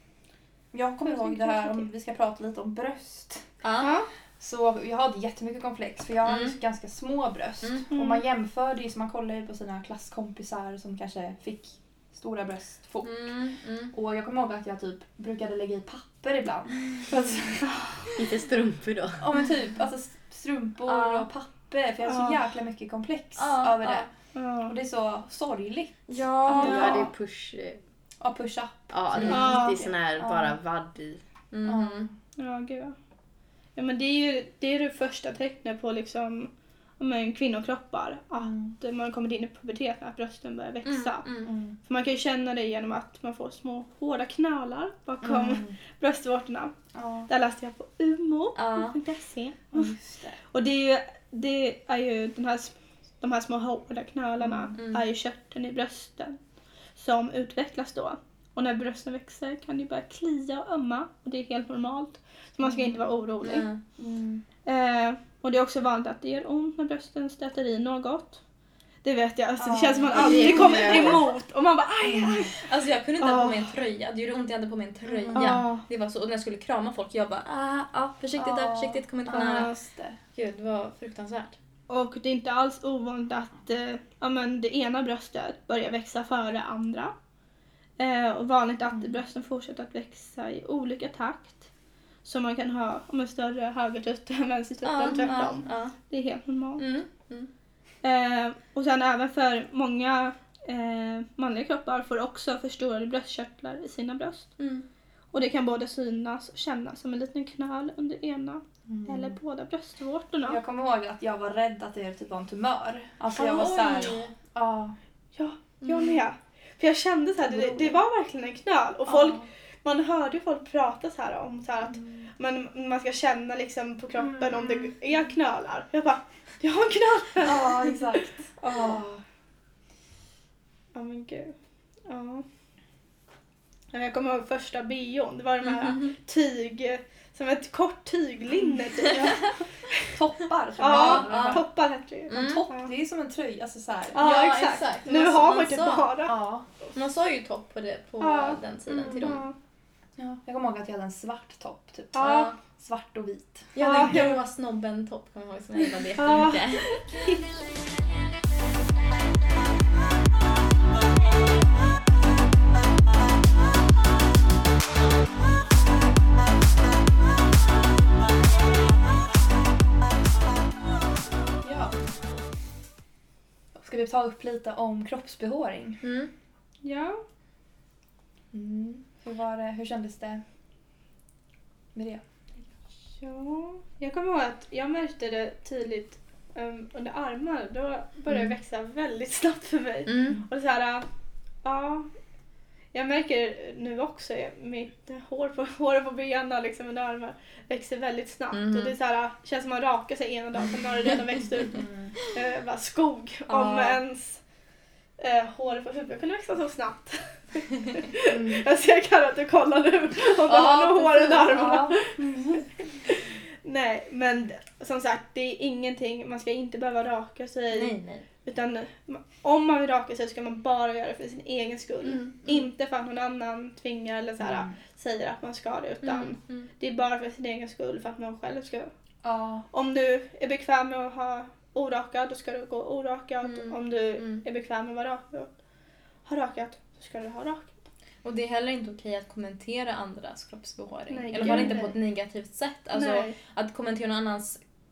Jag kommer Jag ihåg tänker det här också om till. vi ska prata lite om bröst. Ja. Så jag hade jättemycket komplex för jag hade Mm. ju ganska små bröst. Mm. Och man jämförde ju så man kollade ju på sina klasskompisar som kanske fick stora bröst fort. Mm. Mm. Och jag kommer ihåg att jag typ brukade lägga i papper ibland. För att, Inte strumpor då. ja men typ alltså strumpor Ja. och papper för jag har så Ja. jäkla mycket komplex Ja, över ja. det. Ja. Och det är så sorgligt. Ja. Du Ja. hade push... eh, Ja, push up. Ja, Mm. Ja. riktigt sån här Ja. bara vadd i. Mm. Ja, gud ja. Ja, men det är ju det, är det första tecknet på liksom, ja, men, kvinnokroppar. Att Mm. man kommer in i puberteten, att brösten börjar växa. Mm. Mm. Mm. För man kan ju känna det genom att man får små hårda knölar bakom Mm. bröstvårtorna. Ja. Där läste jag på umo Ja. punkt se. Just det. Och det är ju, det är ju den här, de här små hårda knölarna Mm, mm. är ju körteln i brösten som utvecklas då. Och när brösten växer kan det börja klia och ömma och det är helt normalt. Så man ska inte vara orolig. Mm. Mm. Eh, och det är också vanligt att det gör ont när brösten stöter i något. Det vet jag, alltså, det Ja, känns som man det alltid är kommer det. emot och man bara aj, aj. Alltså jag kunde inte ha Ja. på mig en tröja. Det gjorde ont, jag hade på mig en tröja. Ja. Det var så. Och när jag skulle krama folk, jag bara ah, ah, försiktigt där, Ja. försiktigt, kom inte för Ja. nära. Just det. Gud, det var fruktansvärt. Och det är inte alls ovanligt att eh, ja, men det ena bröstet börjar växa före det andra. Eh, och vanligt att Mm. brösten fortsätter att växa i olika takt. Så man kan ha om en större högertutt än vänstertutt eller tvärtom. ja. Det är helt normalt. Mm. Mm. Eh, och sen även för många eh, manliga kroppar får också förstorade bröstkörtlar i sina bröst. Mm. Och det kan både synas och kännas som en liten knöl under ena Mm. eller båda bröstvårtorna. Jag kommer ihåg att jag var rädd att det typ var en tumör. Alltså jag var såhär, Oj. ja. Ja, jag med. För jag kände så här, det, det var verkligen en knöl. Och folk, man hörde ju folk prata så här om så här att man, man ska känna liksom på kroppen om det är knölar. Jag bara, jag har en knöl! Ja, exakt. Ja. Ja men gud. Ja. Ja, jag kommer ihåg första bion. Det var de här tyg, som ett kort tyglinne typ. Toppar. som Ja, jag hade. toppar hette det ju. Mm. Topp, det är som en tröja. Alltså så här. Ja, Ja, exakt. exakt. Nu Man- har man man inte sa- bara. Ja. Man sa ju topp på, det, på Ja. den tiden till Mm. dem. Ja. Ja. Jag kommer ihåg att jag hade en svart topp. Typ. Ja. Svart och vit. Jag hade en Ja. grå snobben-topp, kommer jag ihåg, som jag gillade Ja. jättemycket. Ja. Ska vi ta upp lite om kroppsbehåring? Mm. Ja. Mm. Hur, var det, hur kändes det med det? Ja, jag kommer ihåg att jag märkte det tydligt um, under armar. Då började det Mm. växa väldigt snabbt för mig. Mm. Och så här, ja, jag märker nu också mitt hår på, håret på benen liksom under armar växer väldigt snabbt. Mhm. Och det är så här, känns som man rakar sig ena dagen, sen har det redan växt ut eh, bara skog Ja. om ens eh, hår på huvudet kunde växa så snabbt. Mm. Jag ser Karo att du kollar nu om du har något hår under armarna. Ja. Nej, men som sagt, det är ingenting, man ska inte behöva raka sig. Nej, nej. Utan om man vill raka sig ska man bara göra det för sin egen skull. Mm. Inte för att någon annan tvingar eller så här, Mm. säger att man ska det. Utan Mm. Mm. det är bara för sin egen skull, för att man själv ska. Ja. Om du är bekväm med att ha orakad, då ska du gå orakad. Mm. Om du Mm. är bekväm med att vara rakad, ha rakat, så ska du ha rakat. Och det är heller inte okej att kommentera andras kroppsbehåring. Nej, I alla fall gud, inte på nej. ett negativt sätt. Alltså Nej. att kommentera någon annans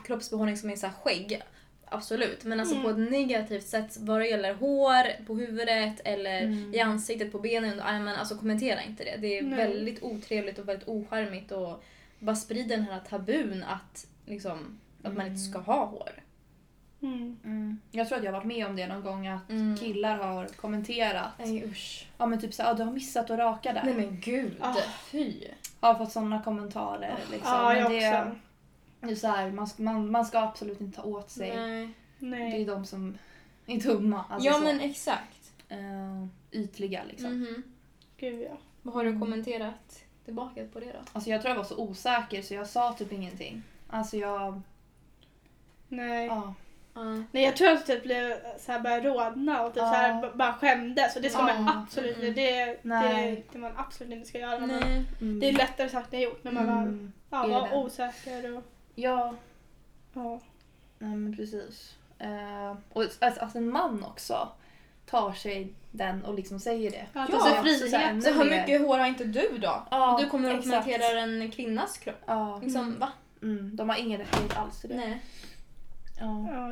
kroppsbehållning som är så här skägg. Absolut, men alltså Mm. på ett negativt sätt vad det gäller hår på huvudet eller Mm. i ansiktet, på benen, under armen, alltså kommentera inte det. Det är Nej. väldigt otrevligt och väldigt ocharmigt och bara sprider den här tabun att liksom att man inte ska ha hår. Mm. Mm. Jag tror att jag har varit med om det någon gång att Mm. killar har kommenterat. Nej usch. Ja men typ såhär, ah, du har missat att raka där. Nej men gud, Ah. fy. Har fått sådana kommentarer liksom. Ja, jag men det, också. det är så här, man, ska, man, man ska absolut inte ta åt sig. Nej. Det är Nej. de som är dumma. Alltså Ja så, men exakt. eh, ytliga liksom. Mhm. Gud ja. Vad har du kommenterat tillbaka på det då? Alltså jag tror jag var så osäker så jag sa typ ingenting. Alltså jag, Nej. ja. Uh. Nej, jag tror att jag typ blev så här började rodna och typ Ja. så här b- bara skämdes. Och det ska man Ja. absolut Mm. det, det, Nej. det man absolut inte ska göra. Men Nej. Mm. det är lättare sagt än gjort när man var, Mm. ja, är var det. osäker. Och, Ja, ja. nej, men precis. Eh, och alltså, att en man också tar sig den och liksom säger det. Ja, Så ta är sig också frihet. så här ännu Så hur mer- mycket hår har inte du då? Ja, Du kommer och exakt. kommenterar en kvinnas kropp. Ja, Liksom, Mm. va? mm, de har ingen rättighet alls till det. Nej. Ja. Ja.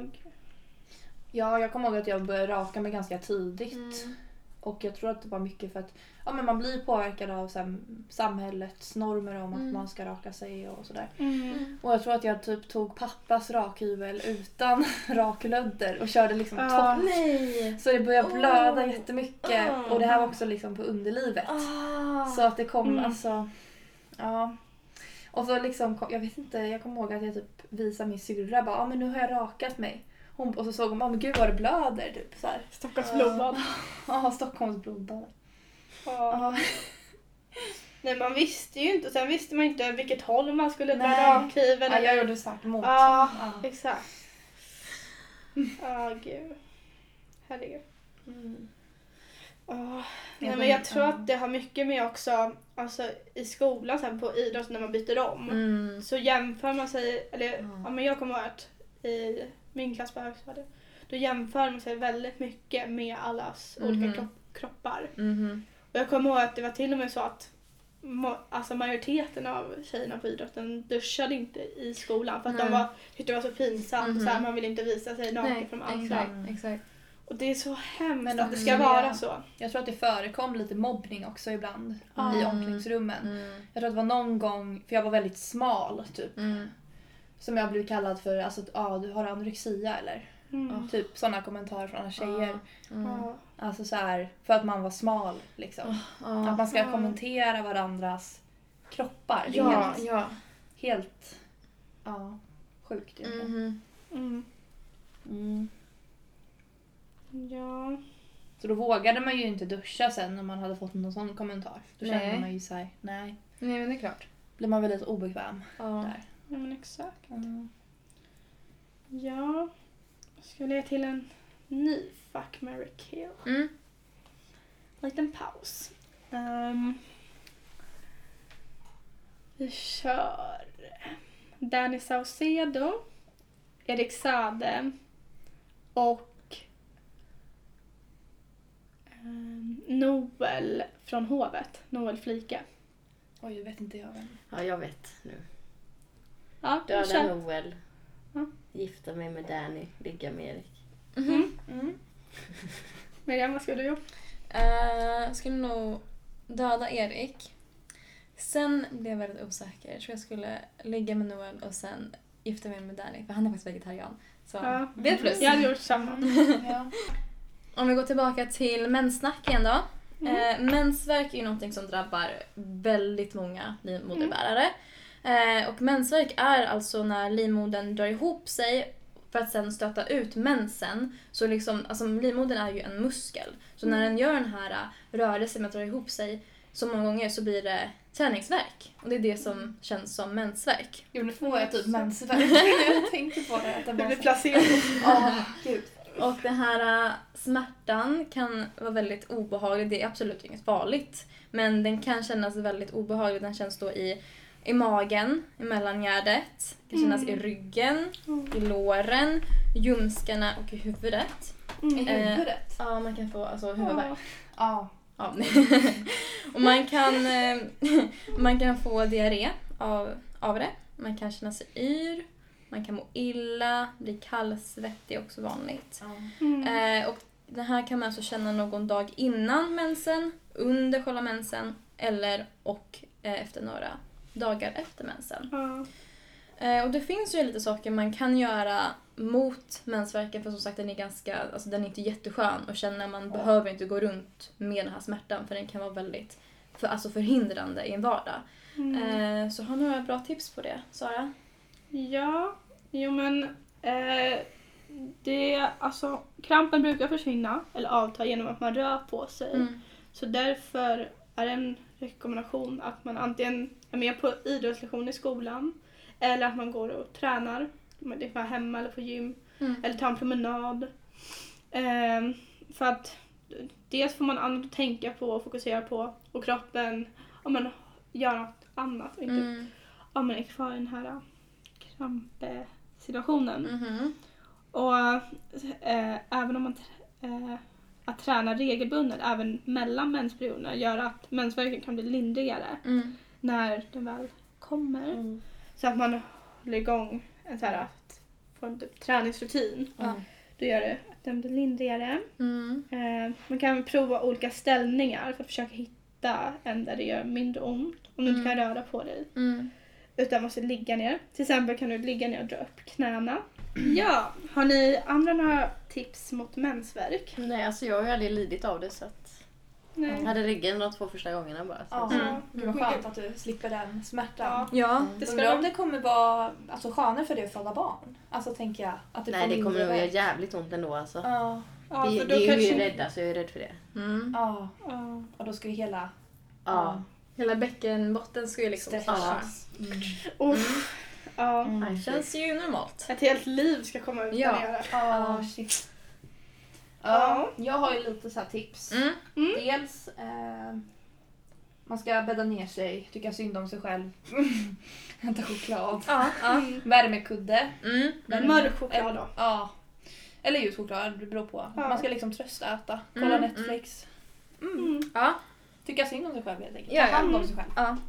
ja, jag kommer ihåg att jag började raka mig ganska tidigt. Mm. Och jag tror att det var mycket för att ja, men man blir påverkad av så här, samhällets normer om att Mm. man ska raka sig och sådär. Mm. Och jag tror att jag typ tog pappas rakhyvel utan raklödder och körde liksom Ja. topp. Nej! Så det började blöda Oh. jättemycket. Ah. Och det här var också liksom på underlivet. Ah. Så att det kom Mm. alltså, ja. Och så liksom, kom- jag vet inte, jag kommer ihåg att jag typ visade min syrra bara, ja ah, men nu har jag rakat mig. Hon, och så såg hon, ja ah, men gud vad det blöder typ så här. Stackars Ja. blodbad. Ja, Stockholms blodbad. Ja. Ja. Nej, man visste ju inte. Och sen visste man inte vilket håll man skulle dra Nej. rakhyveln. Ja, jag gjorde tvärt emot. Ja, Ja. exakt. Ja, gud. Herregud. Mm. Ja. Jag Nej, men vet- jag tror ja. att det har mycket med också, alltså i skolan sen på idrott när man byter om. Mm. Så jämför man sig, eller Mm. ja, men jag kommer ihåg att i min klass på högstadiet, då jämför man sig väldigt mycket med allas Mhm. olika kropp, kroppar. Mhm. Och jag kommer ihåg att det var till och med så att ma- alltså majoriteten av tjejerna på idrotten duschade inte i skolan för att Nej. de var, tyckte det var så pinsamt och så här, Mhm. man vill inte visa sig naken Nej, för de andra. exakt, exakt. Och det är så hemskt Men att det också ska det- vara så. Jag tror att det förekom lite mobbning också ibland Mm. i omklädningsrummen. Mm. Jag tror att det var någon gång, för jag var väldigt smal typ, Mm. som jag blev kallad för, alltså att ah, du har anorexia eller? Mm. Typ sådana kommentarer från andra tjejer. Mm. Ja. Alltså så här, för att man var smal liksom. Ja. Att man ska Ja. kommentera varandras kroppar. Det är Ja, helt, ja. helt ja, sjukt egentligen. Mhm. Mm. Mm. Ja. Så då vågade man ju inte duscha sen när man hade fått någon sån kommentar. Då kände Nej. man ju såhär, nej. Nej men det är klart. Blir man väldigt obekväm Ja. där. Ja, men exakt. Mm. Ja. Ska vi lägga till en ny fuck, marry, kill? Mm. En liten paus. Um, vi kör Danny Saucedo, Erik Saade och um, Noel från Hovet. Noel Flike. Oj, jag vet inte jag vem. Ja, jag vet nu. Ja, vi Döda kör. Noel. Ja. Gifta mig med Danny. Ligga med Erik. Mhm. Mm. Miriam, vad skulle du gjort? Uh, skulle nog döda Erik. Sen blev jag väldigt osäker. Jag tror jag skulle ligga med Noel och sen gifta mig med Danny. För han är faktiskt vegetarian. Så Ja. det är ett plus. Jag hade gjort samma. Ja. Om vi går tillbaka till menssnack igen då. Mm. Eh, mensvärk är ju någonting som drabbar väldigt många livmoderbärare. Eh, och mensvärk är alltså när livmodern drar ihop sig för att sen stöta ut mensen. Så liksom, alltså livmodern är ju en muskel. Så när den gör den här uh, rörelsen med att dra ihop sig så många gånger så blir det träningsvärk. Och det är det som känns som mensvärk. Jo, nu får jag typ mensvärk. Jag tänkte på det. Att det Det bara blir så- placebo. Åh, gud. Och den här äh, smärtan kan vara väldigt obehaglig. Det är absolut inget farligt. Men den kan kännas väldigt obehaglig. Den känns då i, i magen, i mellangärdet. Den kan kännas Mm. i ryggen, Mm. i låren, ljumskarna och i huvudet. I Mm. Eh, huvudet? Ja, man kan få alltså, huvudvärk. Ja. Ja. Och man kan, eh, man kan få diarré av, av det. Man kan känna sig yr. man kan må illa, bli kallsvettig är också vanligt. Mm. Eh, och det här kan man alltså känna någon dag innan mensen, under själva mensen eller och eh, efter några dagar efter mensen. Ja. Eh, och det finns ju lite saker man kan göra mot mensvärken, för som sagt den är ganska, alltså den är inte jätteskön och känner man behöver inte gå runt med den här smärtan för den kan vara väldigt för, alltså förhindrande i en vardag. Mm. Eh, så har du några bra tips på det, Sara? Ja, jo men eh, det, alltså krampen brukar försvinna eller avta genom att man rör på sig. Mm. Så därför är det en rekommendation att man antingen är med på idrottslektion i skolan eller att man går och tränar. Det kan vara hemma eller på gym. Mm. Eller ta en promenad. Eh, för att dels får man annat att tänka på och fokusera på. Och kroppen, om man gör något annat. Och inte Mm. om man är kvar i den här krampsituationen. Mhm. Och eh, även om man tr- eh, att träna regelbundet även mellan mensperioderna gör att mensvärken kan bli lindrigare Mm. när den väl kommer. Mm. Så att man håller igång en så här att få en typ träningsrutin. Mm. Då gör det att den blir lindrigare. Mm. Eh, man kan prova olika ställningar för att försöka hitta en där det gör mindre ont. Om du inte kan röra på dig. Mm. Utan måste ligga ner. Till exempel kan du ligga ner och dra upp knäna. Ja, har ni andra några tips mot mensvärk? Nej, alltså jag har ju aldrig lidit av det så att Nej. jag hade ryggen de två första gångerna bara. Så. Ja, Mm. det var skönt att du slipper den smärtan. Ja. Ja. Det ska Undrar om de- det kommer vara alltså, skönare för dig att föda barn. Alltså tänker jag. Att du Nej, får det kommer mindre nog göra värk. jävligt ont ändå alltså. Ja, Ja, det, för det då är ju kanske... rädda så jag är rädd för det. Mm. ja. Ja. Och då ska ju hela Ja. Hela bäckenbotten ska ju liksom stretchas. Oh. Ja. Mm. Aj, Känns ju normalt. Ett helt liv ska komma ut Ja. där nere. Ja, shit. Ja. Ja, jag har ju lite så här tips. Mm. Mm. Dels, eh, man ska bädda ner sig, tycka synd om sig själv. Hämta choklad. Ja. Ja. Mm. Värmekudde. Mm. Värme- Mörk choklad då. Ja. Eller ljus choklad, det beror på. Ja. Man ska liksom tröstäta, kolla Mm, Netflix. Mm. Mm. Ja. Tycka synd om sig själv helt enkelt. Ja, Ta ja. hand om sig själv. Ja.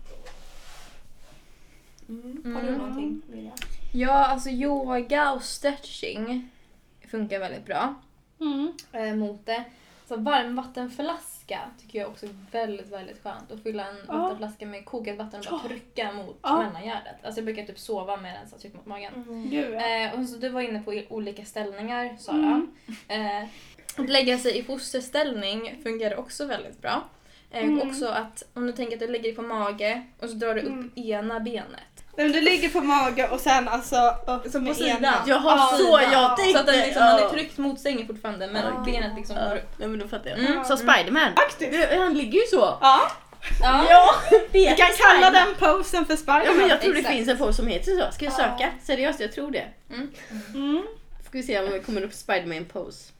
Mm. Har du Mm. någonting, Lilian? Ja, alltså yoga och stretching funkar väldigt bra Mm. eh, mot det. Så varmvattenflaska tycker jag också är väldigt, väldigt skönt. Att fylla en Ja. vattenflaska med kokat vatten och bara Ja. trycka mot Ja. mellangärdet. Alltså jag brukar typ sova med den så att tryck mot magen. Mm. Gud ja. Eh, och så du var inne på i- olika ställningar, Sara. Mm. Eh, att lägga sig i fosterställning fungerar också väldigt bra. Eh, Mm. Också att om du tänker att du lägger dig på mage och så drar du upp Mm. ena benet. Nej, men du ligger på mage och sen alltså upp Som på med sidan. ena. Jaha, Ja. så Ja. jag tänkte. Så att den liksom, ja. man är tryckt mot sängen fortfarande men Ja. benet liksom Ja. går upp. Nej men då fattar jag. Mm. Som Spiderman. Faktiskt. Det- Han ligger ju så. Ja. Ja. Ja, Vi kan kalla den posen för Ja Spiderman. men jag tror det Exakt. finns en pose som heter så. Ska jag Ja. söka? Seriöst, jag tror det. Mm. Mm. Ska vi se om det kommer upp Spiderman pose.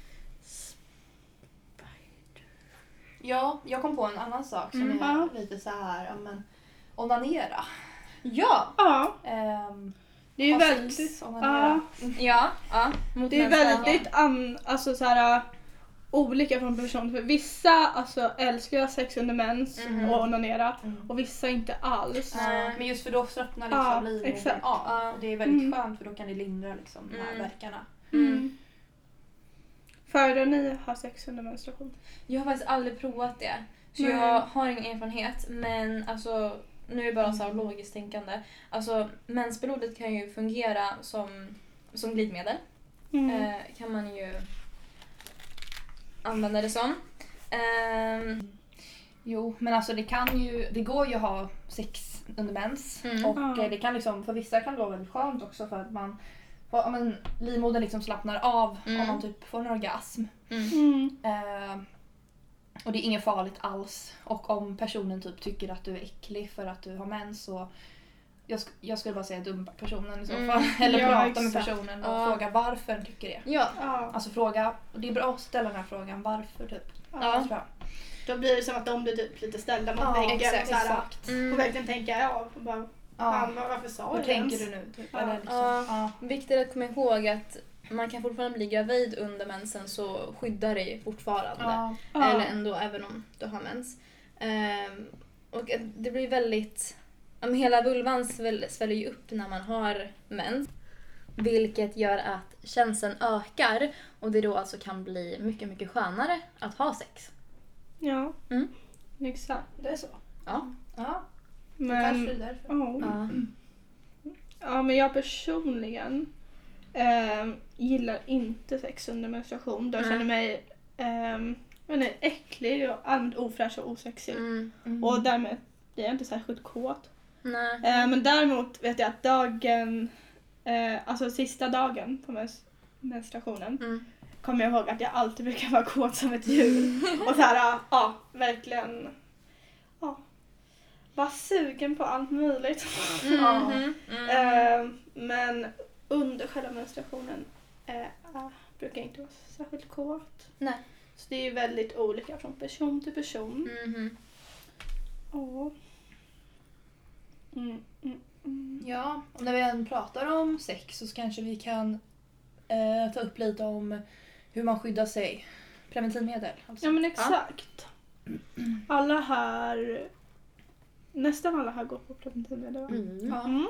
Ja, jag kom på en annan sak som Mm. är lite så här, ja men onanera. Ja. Ja, Ehm, det är ju ha väldigt... sex, Ja, onanera. Ja. Ja. Mot det är mensvärken. väldigt an, alltså så här, uh, olika från person. För vissa alltså, älskar jag sex under mens Mhm. och onanera Mm. och vissa inte alls. Nej. Men just för då tröttnar Ja, liksom livmodern exakt. av. Ja. Och det är väldigt Mm. skönt för då kan det lindra liksom, de här Mm. verkarna. Mm. Föredrar ni att ha sex under menstruation? Jag har faktiskt aldrig provat det. Så Nej. jag har ingen erfarenhet. Men alltså, nu är det bara så här logiskt tänkande. Alltså, mensblodet kan ju fungera som, som glidmedel. Mm. Eh, kan man ju använda det som. Ehm, Jo, men alltså det kan ju, det går ju att ha sex under mens. Mm. Och Ja. eh, det kan liksom, för vissa kan det vara väldigt skönt också för att man, för, ja, men, livmodern liksom slappnar av Mm. om man typ får en orgasm. mm. Mm. Eh, och det är inget farligt alls. Och om personen typ tycker att du är äcklig för att du har mens så jag, sk- jag skulle bara säga dumpa personen i så Mm. fall. Eller Ja, prata med exakt. personen och Ja. fråga varför den tycker det. Ja. Ja. Alltså fråga, och det är bra att ställa den här frågan, varför typ. Ja. tror jag. Då blir det som att de blir typ lite ställda mot Ja, väggen. exakt, och så här, exakt. Mm. och verkligen tänka, ja, och bara, Ja. fan, vad- varför sa Hur jag tänker ens? du nu? Typ? Ja. Eller liksom, Ja. ja. Viktigt att komma ihåg att man kan fortfarande bli gravid under mensen så skyddar det fortfarande. Ja. Ja. Eller ändå även om du har mens. Ehm, och att det blir väldigt... ja, men hela vulvan sväll, sväller ju upp när man har mens. Vilket gör att känslan ökar och det då alltså kan bli mycket, mycket skönare att ha sex. Ja, Mm. exakt. Det är så. Ja. Ja, det Men, kanske är därför. oh. Ja. Ja, men jag personligen eh, gillar inte sex under menstruation. Då Nej. känner jag mig eh, jag vet inte, äcklig och allmänt ofräsch och osexig. Mm. Mm. Och därmed blir jag inte särskilt kåt. Nej. Eh, men däremot vet jag att dagen, eh, alltså sista dagen på mens- menstruationen Mm. kommer jag ihåg att jag alltid brukar vara kåt som ett djur. Och så här, ja, verkligen, ja, var sugen på allt möjligt. Ja. Mhm. Mm. Eh, men under själva menstruationen eh, ah, brukar jag inte vara särskilt kåt. Nej. Så det är ju väldigt olika från person till person. Mhm. Ja. Mm, mm, mm. Ja, och när vi än pratar om sex så kanske vi kan eh, ta upp lite om hur man skyddar sig. Preventivmedel. Alltså. Ja men exakt. Alla här, nästan alla här går på preventivmedel va? Mm. Ja. Mm.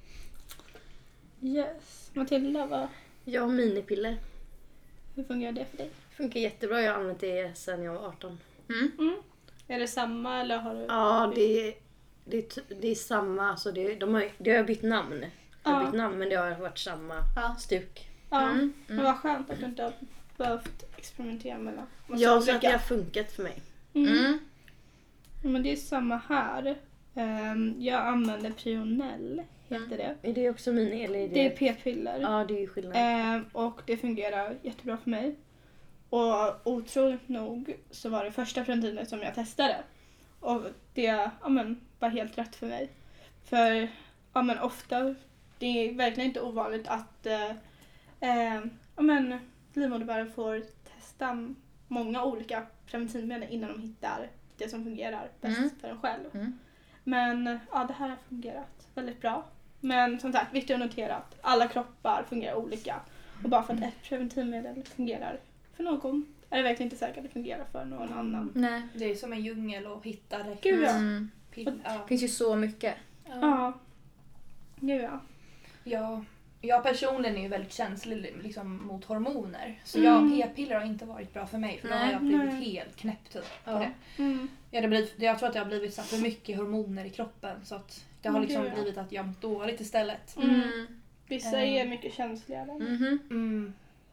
Yes. Matilda, vad, Jag har minipiller. hur fungerar det för dig? Funkar jättebra. Jag har använt det sedan jag var arton. Mm. Mm. Är det samma eller har du? Ja, det är, det är, t- det är samma. Alltså det, de har, det har bytt namn. Det har Ja. bytt namn men det har varit samma Ja. stuk. Ja. Mm. Men vad skönt att du inte har behövt experimentera med det. Måste Jag så att olika. det har funkat för mig. Mm. Mm. Ja, men det är samma här. Ehm, jag använder Prionell, heter det. Är det också mini eller är det? Det är p-piller. Ja, det är ju skillnad. Ehm, och det fungerar jättebra för mig. Och otroligt nog så var det första preventivmedlet som jag testade. Och det ja, men, var helt rätt för mig. För ja, men, ofta, det är verkligen inte ovanligt att eh, eh, ja, men, livmoderbärare får testa många olika preventivmedel innan de hittar det som fungerar bäst Mm. för en själv. Mm. Men ja, det här har fungerat väldigt bra. Men som sagt, viktigt att notera att alla kroppar fungerar olika. Och bara för att ett preventivmedel fungerar för någon är det verkligen inte säkert att det fungerar för någon annan. Nej. Det är som en djungel att hitta rätt Gud, ja. Mm. pill. Ja. Det finns ju så mycket. Ja. Ja. Gud ja. Ja. Jag personligen är ju väldigt känslig liksom, mot hormoner. Så Mm. jag, p-piller har inte varit bra för mig för då har Nej, jag blivit nej. helt knäpp typ, på Ja. det. Mm. Jag, hade blivit, jag tror att det har blivit så här för mycket hormoner i kroppen så att det har Mm, liksom gud, ja. blivit att jag mår dåligt istället. Mm. Vissa Eh. är mycket känsligare. Mhm. Mm.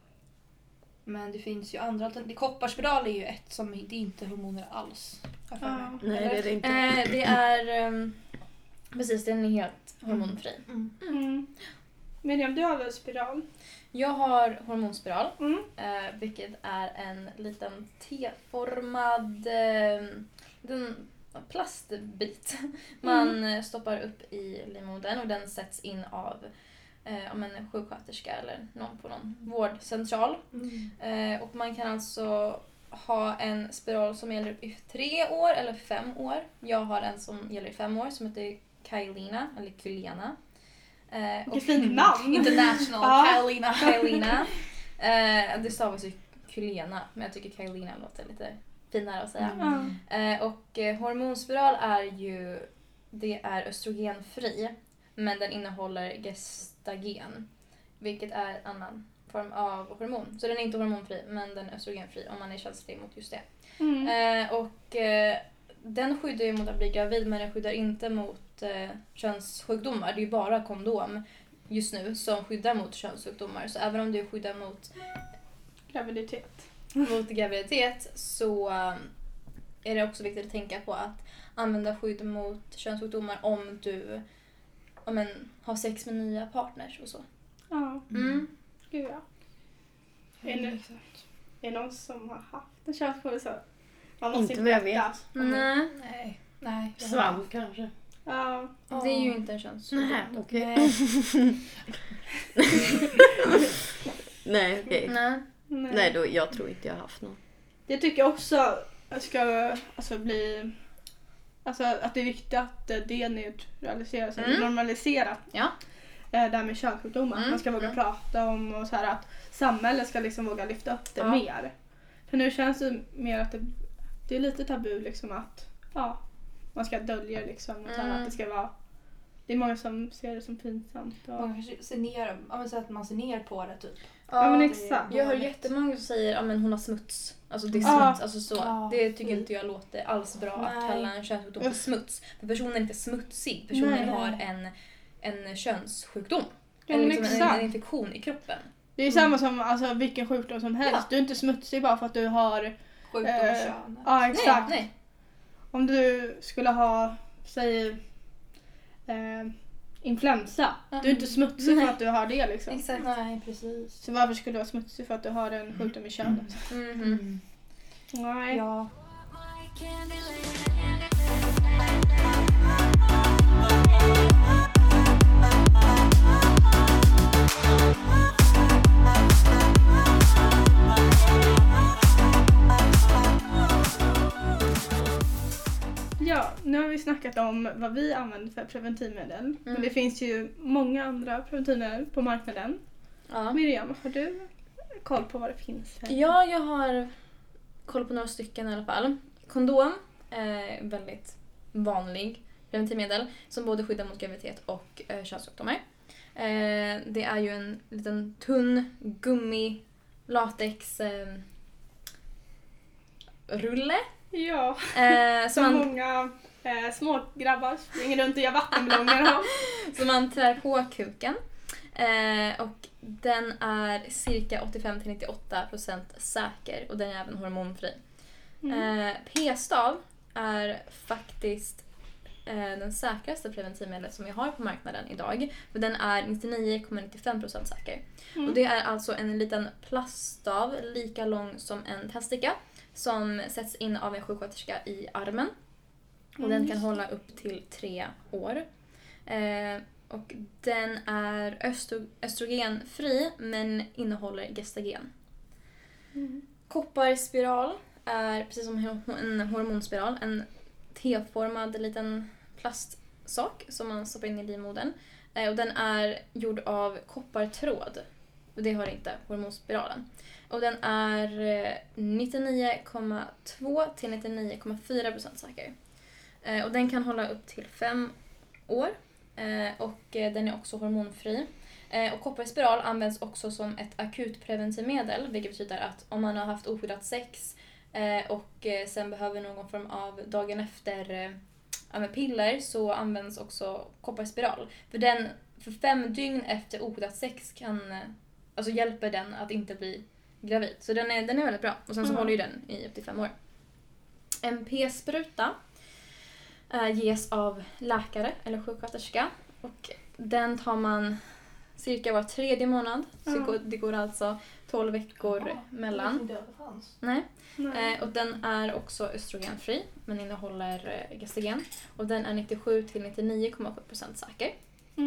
Men det finns ju andra alternativ. Kopparspiral är ju ett som det är inte hormoner alls. har jag för mig. Ja. Nej, det är det inte. Eh, det är... Um, precis, den är helt hormonfri. Mm. Mm. Miriam, du har väl spiral? Jag har hormonspiral, Mm. eh, vilket är en liten T-formad eh, liten plastbit man eh, stoppar upp i livmodern och den sätts in av eh, om en sjuksköterska eller någon på någon vårdcentral. Mm. Eh, och man kan alltså ha en spiral som gäller i tre år eller fem år. Jag har en som gäller i fem år som heter Kylena, eller Kylena. Eh, Vilket fint namn! International Ja. Carolina. Kylena. Eh, det stavas ju Kylena, men jag tycker Kylena låter lite finare att säga. Mm. Ja. Eh, och eh, hormonspiral är ju, det är östrogenfri, men den innehåller gestagen, vilket är en annan form av hormon. Så den är inte hormonfri, men den är östrogenfri om man är känslig mot just det. Mm. Eh, och eh, den skyddar ju mot att bli gravid, men den skyddar inte mot eh, könssjukdomar. Det är ju bara kondom just nu som skyddar mot könssjukdomar. Så även om du skyddar mot, Graviditet. mot graviditet så eh, är det också viktigt att tänka på att använda skydd mot könssjukdomar om du om en, har sex med nya partners och så. Ja, Mm. gud ja. Är det, är det någon som har haft en könssjukdom så? Man måste Inte vad jag berätta. vet. Nej, Nej. Nej. Svamp kanske. Ja. det är ju inte en könssjukdom. Nej, okej. Nej. Nej, okej. Nej. Nej. Nej, då, jag tror inte jag har haft någon. Det tycker jag också ska alltså, bli... Alltså att det är viktigt att eh, det neutraliseras, Mm. eller normaliseras. Ja. Eh, det här med könssjukdomar. Mm. Man ska våga Mm. prata om och så här att samhället ska liksom våga lyfta upp det Ja. mer. För nu känns det mer att det, det är lite tabu liksom att ja, man ska dölja liksom. Och så här, Mm. att det ska vara det är många som ser det som pinsamt. Och... Man kanske ser ner, ja, men så att man ser ner på det typ. Ja, men det- exakt. Jag hör jättemånga som säger att hon har smuts. Alltså det är Ja. smuts. Alltså så. Ja. Det tycker inte jag låter alls bra att Nej. kalla en könssjukdom för Uff. smuts. För personen är inte smutsig. Personen Nej. har en, en könssjukdom. Ja, Eller men liksom en, exakt. en infektion i kroppen. Det är ju samma som alltså, vilken sjukdom som helst. Ja. Du är inte smutsig bara för att du har... Sjukdom Eh, i könet. Ja, exakt. Nej, nej. Om du skulle ha, säg, eh, influensa. Du är inte smutsig för att du har det liksom. Exakt. Nej, precis. Så varför skulle du vara smutsig för att du har en sjukdom i könet? Mhm. Nej. Ja. Ja, nu har vi snackat om vad vi använder för preventivmedel. Men det finns ju många andra preventivmedel på marknaden. Ja. Miriam, har du koll på vad det finns? Här? Ja, jag har koll på några stycken i alla fall. Kondom är väldigt vanlig preventivmedel som både skyddar mot graviditet och eh, könssjukdomar. Eh, det är ju en liten tunn gummi latex eh, rulle Ja, eh, som, som man, många eh, små grabbar springer runt och gör vattenballonger av. som man trär på kuken. Eh, och den är cirka åttiofem till nittioåtta procent säker och den är även hormonfri. Mm. Eh, P-stav är faktiskt eh, den säkraste preventivmedlet som vi har på marknaden idag. För den är nittionio komma nittiofem procent säker. Mm. Och det är alltså en liten plaststav lika lång som en tändsticka som sätts in av en sjuksköterska i armen. Och Mm, den just kan det. hålla upp till tre år. Eh, och den är östro- östrogenfri men innehåller gestagen. Mm. Kopparspiral är precis som en hormonspiral en T-formad liten plastsak som man stoppar in i livmodern. Eh, och den är gjord av koppartråd. Och det har inte hormonspiralen. Och den är eh, nittionio komma två till nittionio komma fyra procent säker. Eh, och den kan hålla upp till fem år. Eh, och eh, den är också hormonfri. Eh, och kopparspiral används också som ett akutpreventivmedel, vilket betyder att om man har haft oskyddat sex eh, och eh, sen behöver någon form av dagen efter eh, ja, med piller, så används också kopparspiral. För den för fem dygn efter oskyddat sex kan, eh, alltså hjälper den att inte bli gravid. Så den är, den är väldigt bra. Och sen så Mm. håller ju den i upp till fem år. En p-spruta eh, ges av läkare eller sjuksköterska. Och den tar man cirka var tredje månad. Så Ja. det, går, det går alltså tolv veckor Jaha, mellan. inte att det fanns. Nej. Nej. Eh, och den är också östrogenfri men innehåller eh, gestagen. Och den är nittiosju till nittionio komma sju procent säker. Mm.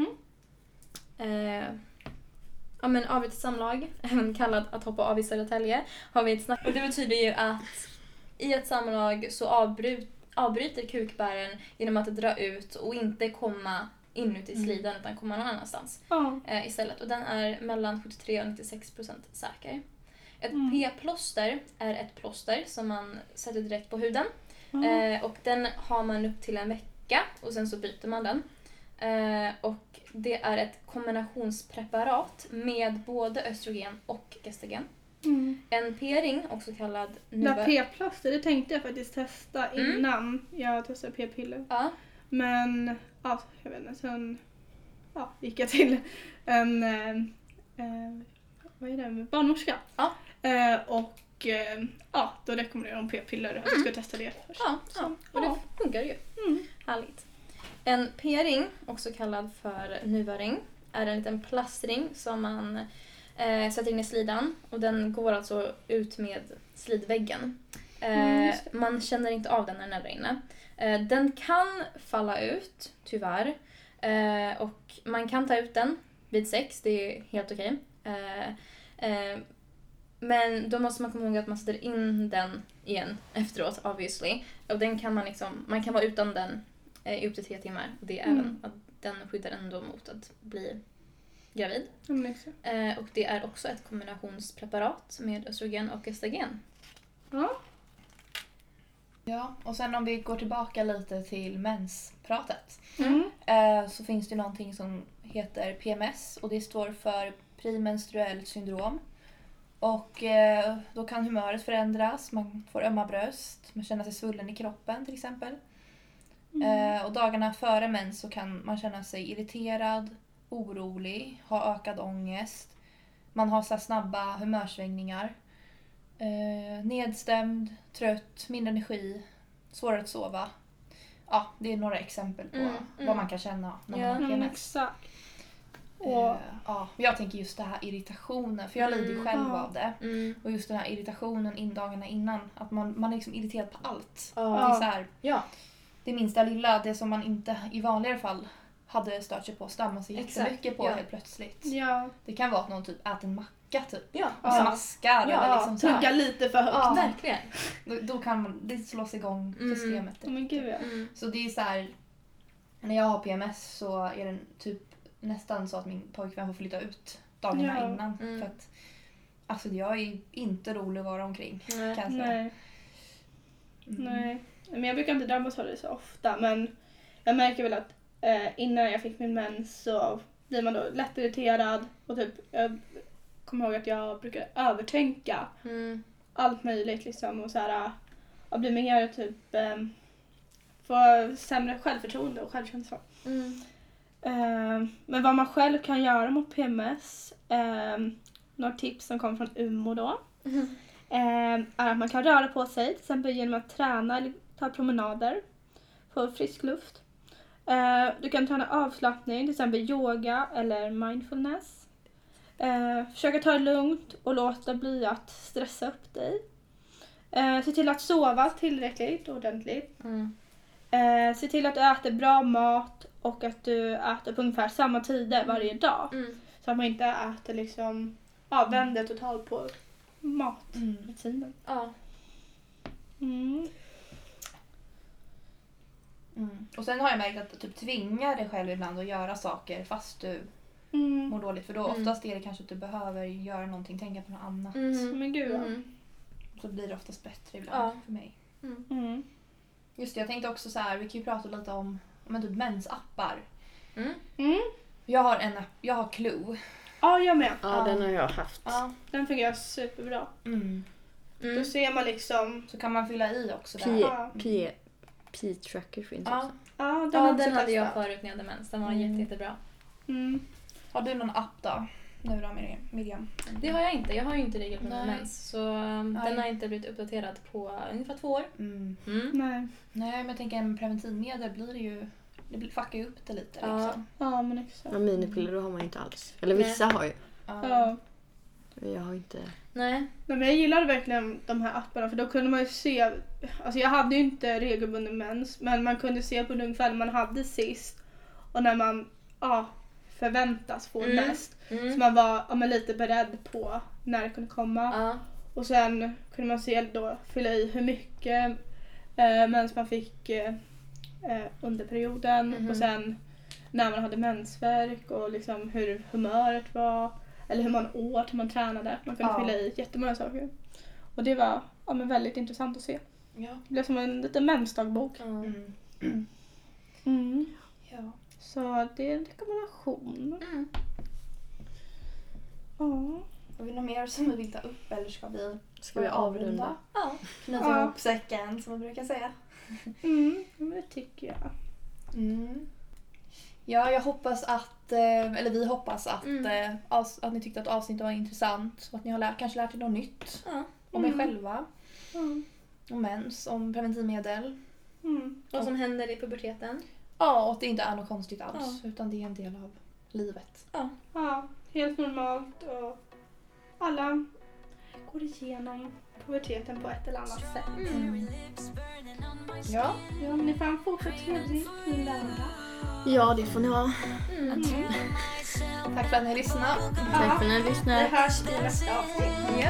Eh, ja men avbrutet samlag, även kallad att hoppa av i Södertälje, har vi ett snack. Och det betyder ju att i ett samlag så avbryt, avbryter kukbäraren genom att dra ut och inte komma inuti slidan utan komma någon annanstans Ja. eh, istället. Och den är mellan sjuttiotre och nittiosex procent säker. Ett Mm. p-plåster är ett plåster som man sätter direkt på huden. Ja. Eh, och den har man upp till en vecka och sen så byter man den. Eh, och det är ett kombinationspreparat med både östrogen och gestagen. Mm. En p-ring, också kallad Det Nuva. här p-plåster, det tänkte jag faktiskt testa Mm. innan jag testade p-piller. Ja, Men, ja, jag vet inte, sen ja, gick jag till en, eh, eh, vad är det, barnmorska. Ja. Eh, och eh, ja, då rekommenderade de p-piller att jag skulle testa det först. ja, ja. Och det Ja. funkar ju. Mm. Härligt. En p-ring, också kallad för Nuva-ring, är en liten plastring som man eh, sätter in i slidan. Och den går alltså ut med slidväggen. Eh, Mm, just det. man känner inte av den när den är där inne. Eh, den kan falla ut, tyvärr. Eh, och man kan ta ut den vid sex, det är helt okej. Eh, eh, men då måste man komma ihåg att man sätter in den igen efteråt, obviously. Och den kan man liksom, man kan vara utan den eh, i upp till tre timmar. Och det är Mm. även att den skyddar ändå mot att bli gravid. Ja, men exakt. Eh, och det är också ett kombinationspreparat med östrogen och gestagen. Ja. Ja, och sen om vi går tillbaka lite till menspratet. Mm. Eh, så finns det någonting som heter P M S och det står för premenstruellt syndrom. Och eh, då kan humöret förändras, man får ömma bröst, man känner sig svullen i kroppen till exempel. Mm. Eh, och dagarna före mens så kan man känna sig irriterad, orolig, ha ökad ångest. Man har så här snabba humörsvängningar. Eh, nedstämd, trött, mindre energi, svårare att sova. Ja, det är några exempel på Mm, mm. vad man kan känna när Ja. man har P M Mm, S. exakt. Eh, Och, ja, jag tänker just det här irritationen, för jag lider ju Mm, själv ja. av det. Mm. Och just den här irritationen in dagarna innan, att man, man är liksom irriterad på allt. Ja. Det är så här, Ja. det minsta lilla, det som man inte i vanligare fall hade stört sig på, stammar sig Exakt, jättemycket på ja. helt plötsligt. ja. Det kan vara att någon typ äter en macka typ, Ja. och Ja. smaskar Ja, eller liksom så här. Tugga lite för högt. Ja. Verkligen. Då, då kan man, det slås igång Mm. systemet. Oh, men gud, ja. Mm. Så det är så här, när jag har P M S så är det typ nästan så att min pojkvän får flytta ut dagarna Ja. innan. Mm. För att alltså jag är inte rolig att vara omkring. Nej. Kan jag säga. Nej, Mm. nej. Men jag brukar inte drabbas av det så ofta. Men jag märker väl att eh, innan jag fick min mens så blir man då lätt irriterad. Och typ, jag kommer ihåg att jag brukar övertänka Mm. allt möjligt liksom. Och så här, jag blir mer typ, eh, får sämre självförtroende och självkänsla. Mm. Eh, men vad man själv kan göra mot P M S, eh, några tips som kommer från U M O då, Mm. eh, är att man kan röra på sig, till exempel genom att träna eller ta promenader, få frisk luft. Eh, du kan träna avslappning, till exempel yoga eller mindfulness. Eh, försöka ta det lugnt och låta bli att stressa upp dig. Eh, se till att sova tillräckligt och ordentligt. Mm. Eh, se till att du äter bra mat och att du äter på ungefär samma tider varje dag. Mm. Så att man inte äter liksom, ja, vänder totalt på matrutinen. Mm. Ja. Mm. Mm. Och sen har jag märkt att du typ tvingar dig själv ibland att göra saker fast du Mm. mår dåligt. För då Mm. oftast är det kanske att du behöver göra någonting, tänka på något annat. Mm. Men gud, ja. Mm. Så blir det oftast bättre ibland Ja. för mig. Mm. Just det, jag tänkte också så här, vi kan ju prata lite om, om typ mensappar. Mm. Mm. Jag har en app, jag har Clue. Ja, jag med. Ja, Ja. den har jag haft. Ja. Den fungerar superbra. Mm. Då Mm. ser man liksom... Så kan man fylla i också där. P- Ja. P- P-tracker finns Ja. också. Ja, den, har Ja, också den hade jag testat. förut när jag hade mens. Den var Mm. jätte, jättebra. Mm. Har du någon app då? Nu då Miriam? Miriam? Det har jag inte. Jag har ju inte regelbunden Nej. mens. Så um, Nej. den har inte blivit uppdaterad på ungefär två år. Mm. Mm. Nej. Nej, men jag tänker en preventivmedel blir det ju, det blir- fuckar ju upp det lite Ja. liksom. Ja, men exakt. Ja, minipiller då har man ju inte alls. Eller vissa har ju. Ja. Men jag har inte. Nej. Nej, men jag gillade verkligen de här apparna, för då kunde man ju se, alltså jag hade ju inte regelbunden mens, men man kunde se på ungefär när man hade sist och när man ja, förväntas få Mm. mest. Så Mm. man var ja, men lite beredd på när det kunde komma. Ja. Och sen kunde man se då, fylla i hur mycket eh, mens man fick eh, eh, under perioden. Mhm. Och sen när man hade mensvärk och liksom hur humöret var. Eller hur man åt, hur man tränade. Man kunde Ja. fylla i jättemånga saker. Och det var ja, men väldigt intressant att se. Ja. Det blev som en liten mensdagbok. Ja. Mm. Mm. Ja. Så det är en rekommendation. Mm. Ja. Har vi något mer som vi vill ta upp eller ska vi, Ska vi avrunda? Ja. Knyta Ja. ihop säcken som man brukar säga. Mm, men det tycker jag. Mm. Ja, jag hoppas att, eh, eller vi hoppas att, Mm. eh, avs- att ni tyckte att avsnittet var intressant och att ni har lärt, kanske lärt er något nytt Ja. om er Mm. själva, Ja. om mens, om preventivmedel. Mm. Vad som händer i puberteten. Ja, och att det inte är något konstigt alls, Ja. utan det är en del av livet. Ja, helt normalt och alla går igenom puberteten på ett eller annat sätt. Mm. Ja, Ja, men ni får en fortsatt trevlig fin lördag. Ja, det får ni ha. Mm. tack för att ni lyssnade. Tack för att ni Vi lyssnade. hörs i nästa avsnitt. Ja.